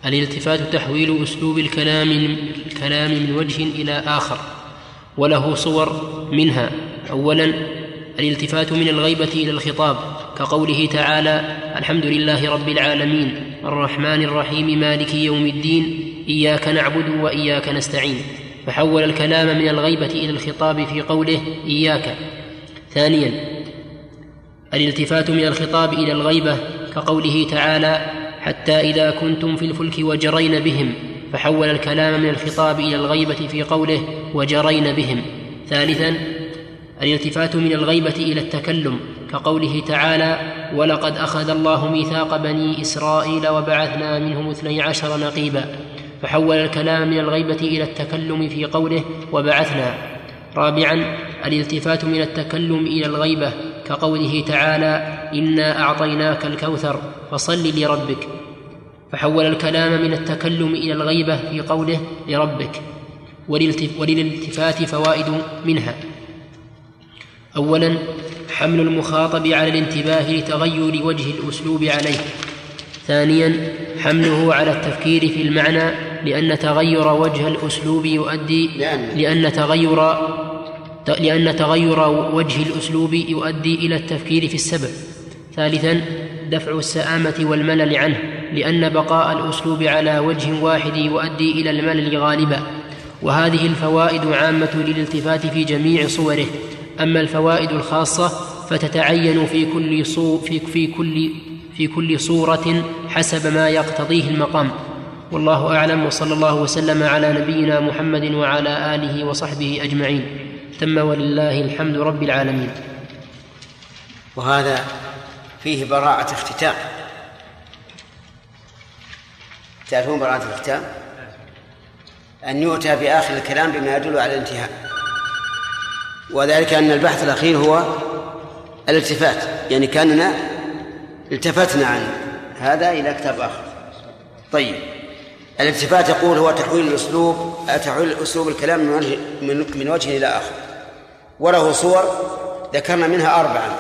الالتفات تحويل أسلوب الكلام الكلام من وجه إلى آخر، وله صور منها: أولا الالتفات من الغيبة إلى الخطاب، كقوله تعالى: الحمد لله رب العالمين الرحمن الرحيم مالك يوم الدين إياك نعبد وإياك نستعين، فحول الكلام من الغيبة إلى الخطاب في قوله إياك. ثانيا الالتفات من الخطاب إلى الغيبة، كقوله تعالى: حتى إذا كنتم في الفلك وجرين بهم، فحول الكلام من الخطاب إلى الغيبة في قوله وجرين بهم. ثالثا الالتفات من الغيبة إلى التكلم، كقوله تعالى: ولقد أخذ الله ميثاق بني إسرائيل وبعثنا منهم اثني عشر نقيبا، فحول الكلام من الغيبة إلى التكلم في قوله وبعثنا. رابعا الالتفات من التكلم إلى الغيبة، كقوله تعالى: إنا أعطيناك الكوثر فصل لربك، فحول الكلام من التكلم إلى الغيبة في قوله لربك. وللالتفات فوائد منها: أولا حمل المخاطب على الانتباه لتغير وجه الأسلوب عليه. ثانيا حمله على التفكير في المعنى، لأن تغير وجه الأسلوب يؤدي لأن تغير لأن تغير وجه الأسلوب يؤدي إلى التفكير في السبب. ثالثا دفع السآمة والملل عنه، لأن بقاء الأسلوب على وجه واحد يؤدي إلى الملل غالبا. وهذه الفوائد عامة للالتفات في جميع صوره. أما الفوائد الخاصة فتتعين في كل صو في في كل في كل صورة حسب ما يقتضيه المقام. والله أعلم، وصلى الله وسلم على نبينا محمد وعلى آله وصحبه أجمعين. تم ولله الحمد رب العالمين. وهذا فيه براعة اختتام. تعرفون براعة الاختتام؟ أن يؤتى بآخر الكلام بما يدل على الانتهاء، وذلك أن البحث الأخير هو الالتفات، يعني كأننا التفتنا عن هذا إلى كتاب آخر. طيب، الالتفات يقول هو تحويل الأسلوب تحويل أسلوب الكلام من وجه, من وجه إلى آخر، وله صور ذكرنا منها أربعة.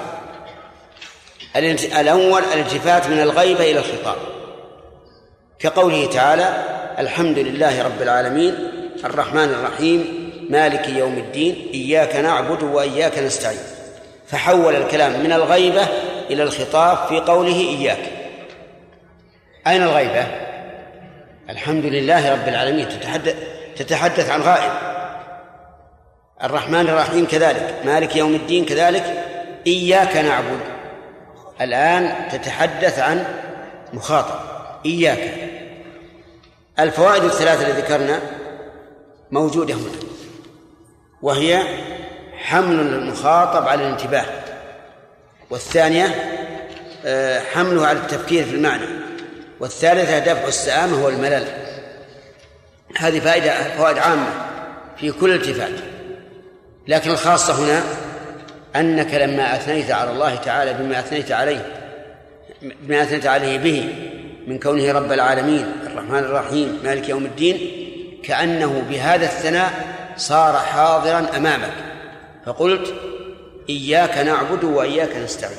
الأول الالتفات من الغيبة إلى الخطاب، كقوله تعالى: الحمد لله رب العالمين الرحمن الرحيم مالك يوم الدين إياك نعبد وإياك نستعين، فحول الكلام من الغيبة إلى الخطاب في قوله إياك. أين الغيبة؟ الحمد لله رب العالمين تتحدث, تتحدث عن غائب، الرحمن الرحيم كذلك، مالك يوم الدين كذلك، إياك نعبد الآن تتحدث عن مخاطب إياك. الفوائد الثلاثة التي ذكرنا موجودة هنا، وهي حمل المخاطب على الانتباه، والثانية حمله على التفكير في المعنى، والثالثة دفع السآمة والملل. هذه فائدة فوائد عامة في كل التفات، لكن الخاصة هنا أنك لما أثنيت على الله تعالى بما أثنيت عليه بما أثنيت عليه به من كونه رب العالمين الرحمن الرحيم مالك يوم الدين، كأنه بهذا الثناء صار حاضرا أمامك، فقلت إياك نعبد وإياك نستعين،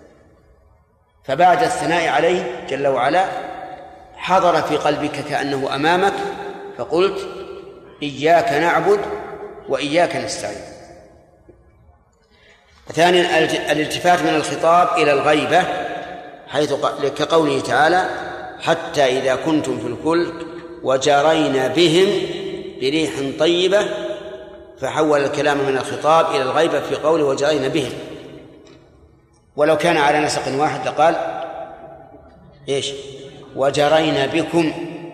فبعد الثناء عليه جل وعلا حضر في قلبك كأنه أمامك، فقلت إياك نعبد وإياك نستعين. ثانيا الالتفات من الخطاب إلى الغيبة، حيث كقوله تعالى: حتى إذا كنتم في الفلك وجرينا بهم بريح طيبة، فحول الكلام من الخطاب إلى الغيبة في قوله وجرينا بهم. ولو كان على نسق واحد لقال إيش؟ وجرينا بكم،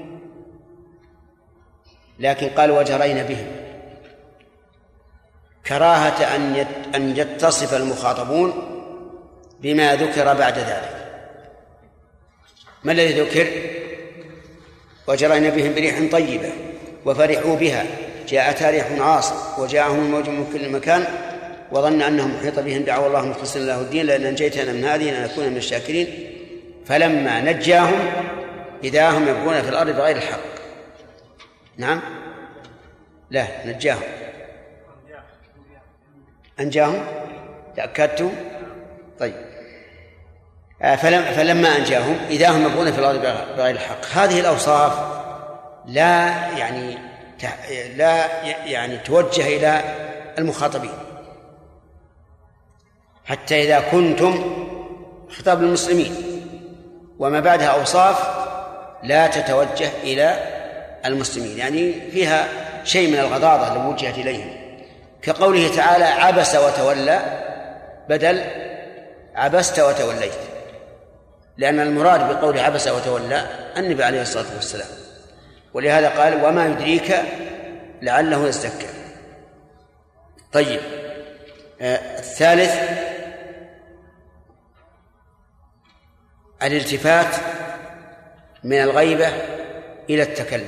لكن قال وجرينا بهم، كراهة أن أن يتصف المخاطبون بما ذكر بعد ذلك. ما الذي ذكر؟ وجرينا بهم بريح طيبة وفرحوا بها جاءتها ريح عاصف وجاءهم الموج من كل مكان وظن أنهم محيط بهم دعوا الله مخلصين له الدين لأن نجيتنا من هذه لنكون من الشاكرين فلما نجاهم إذا هم يبغون في الأرض بغير الحق. نعم، لا نجاهم، أنجاهم، تأكدتم؟ طيب، فلم فلما أنجاهم إذا هم يبغون في الأرض بغير الحق. هذه الأوصاف لا يعني لا يعني توجه إلى المخاطبين، حتى إذا كنتم خطاب المسلمين وما بعدها أوصاف لا تتوجه إلى المسلمين، يعني فيها شيء من الغضاضة لو وجهت إليهم، كقوله تعالى عبس وتولى بدل عبست وتوليت، لأن المراد بقول عبس وتولى النبي عليه الصلاة والسلام، ولهذا قال وما يدريك لعله يزكى. طيب آه الثالث الالتفات من الغيبة إلى التكلم،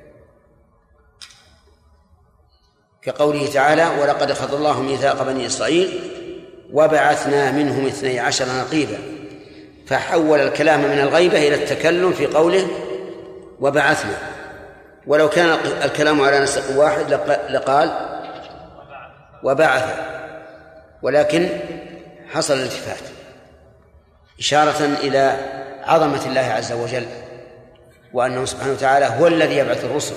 كقوله تعالى ولقد أخذ الله ميثاق بني إسرائيل وبعثنا منهم اثني عشر نقيبا، فحول الكلام من الغيبة إلى التكلم في قوله وبعثنا، ولو كان الكلام على نسق واحد لقال وبعث، ولكن حصل الالتفات إشارة إلى عظمة الله عز وجل، وأنه سبحانه وتعالى هو الذي يبعث الرسل،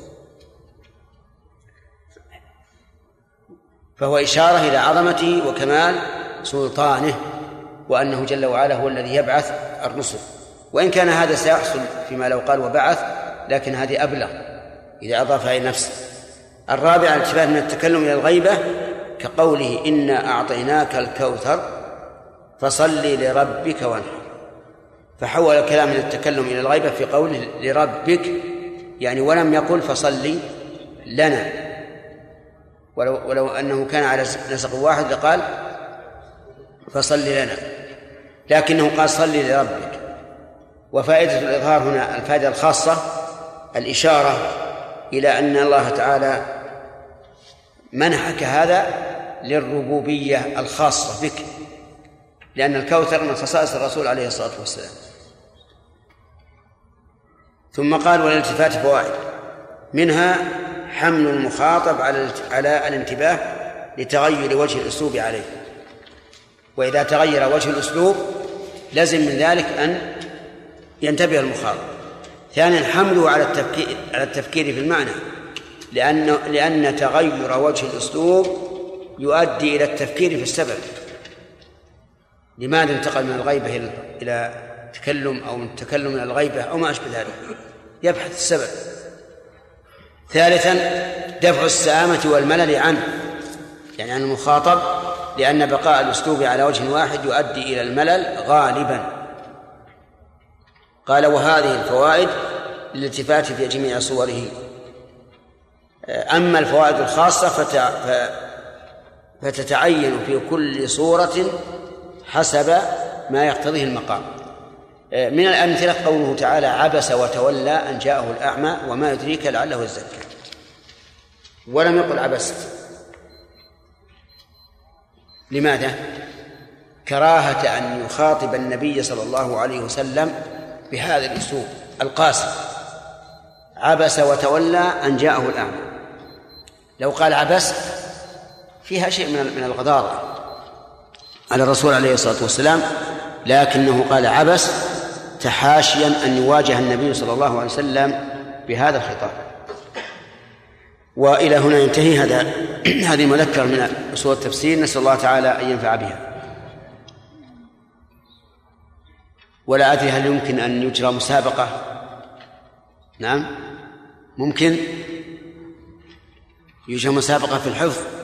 فهو إشارة إلى عظمته وكمال سلطانه، وأنه جل وعلا هو الذي يبعث الرسل، وإن كان هذا سيحصل فيما لو قال وبعث، لكن هذه أبلغ إذا أضافها إلى نفسه. الرابع الالتفات من التكلم إلى الغيبة، كقوله إنا أعطيناك الكوثر فصل لربك وانحر، فحول الكلام من التكلم إلى الغيبة في قوله لربك، يعني ولم يقل فصل لنا، ولو, ولو أنه كان على نسق واحد لقال فصل لنا، لكنه قال صل لربك. وفائدة الإظهار هنا الفائدة الخاصة الإشارة إلى أن الله تعالى منحك هذا للربوبية الخاصة بك، لأن الكوثر من خصائص الرسول عليه الصلاة والسلام. ثم قال والالتفات فوائد، منها حمل المخاطب على على الانتباه لتغير وجه الأسلوب عليه، وإذا تغير وجه الأسلوب لازم من ذلك أن ينتبه المخاطب. ثانيا حمله على التفكير على التفكير في المعنى، لأن لأن تغير وجه الأسلوب يؤدي إلى التفكير في السبب، لماذا انتقل من الغيبة إلى تكلم أو من التكلم إلى الغيبة أو ما أشبه ذلك، يبحث السبب. ثالثا دفع السآمة والملل عنه، يعني عن المخاطب، لأن بقاء الأسلوب على وجه واحد يؤدي إلى الملل غالبا. قال وهذه الفوائد للالتفات في جميع صوره. أما الفوائد الخاصة فتتعين في كل صورة حسب ما يقتضيه المقام. من الأمثلة قوله تعالى عبس وتولى أن جاءه الأعمى وما يدريك لعله يزكى، ولم يقل عبست. لماذا؟ كراهة أن يخاطب النبي صلى الله عليه وسلم بهذا الأسلوب القاسي، عبس وتولى أن جاءه الأعمى. لو قال عبست فيها شيء من الغضاضة على الرسول عليه الصلاة والسلام، لكنه قال عبس تحاشيا أن يواجه النبي صلى الله عليه وسلم بهذا الخطاب. وإلى هنا ينتهي هذا هذه مذكرة من أصول التفسير، نسأل الله تعالى أن ينفع بها. ولا أدري هل يمكن أن يجرى مسابقة؟ نعم ممكن يجرى مسابقة في الحفظ.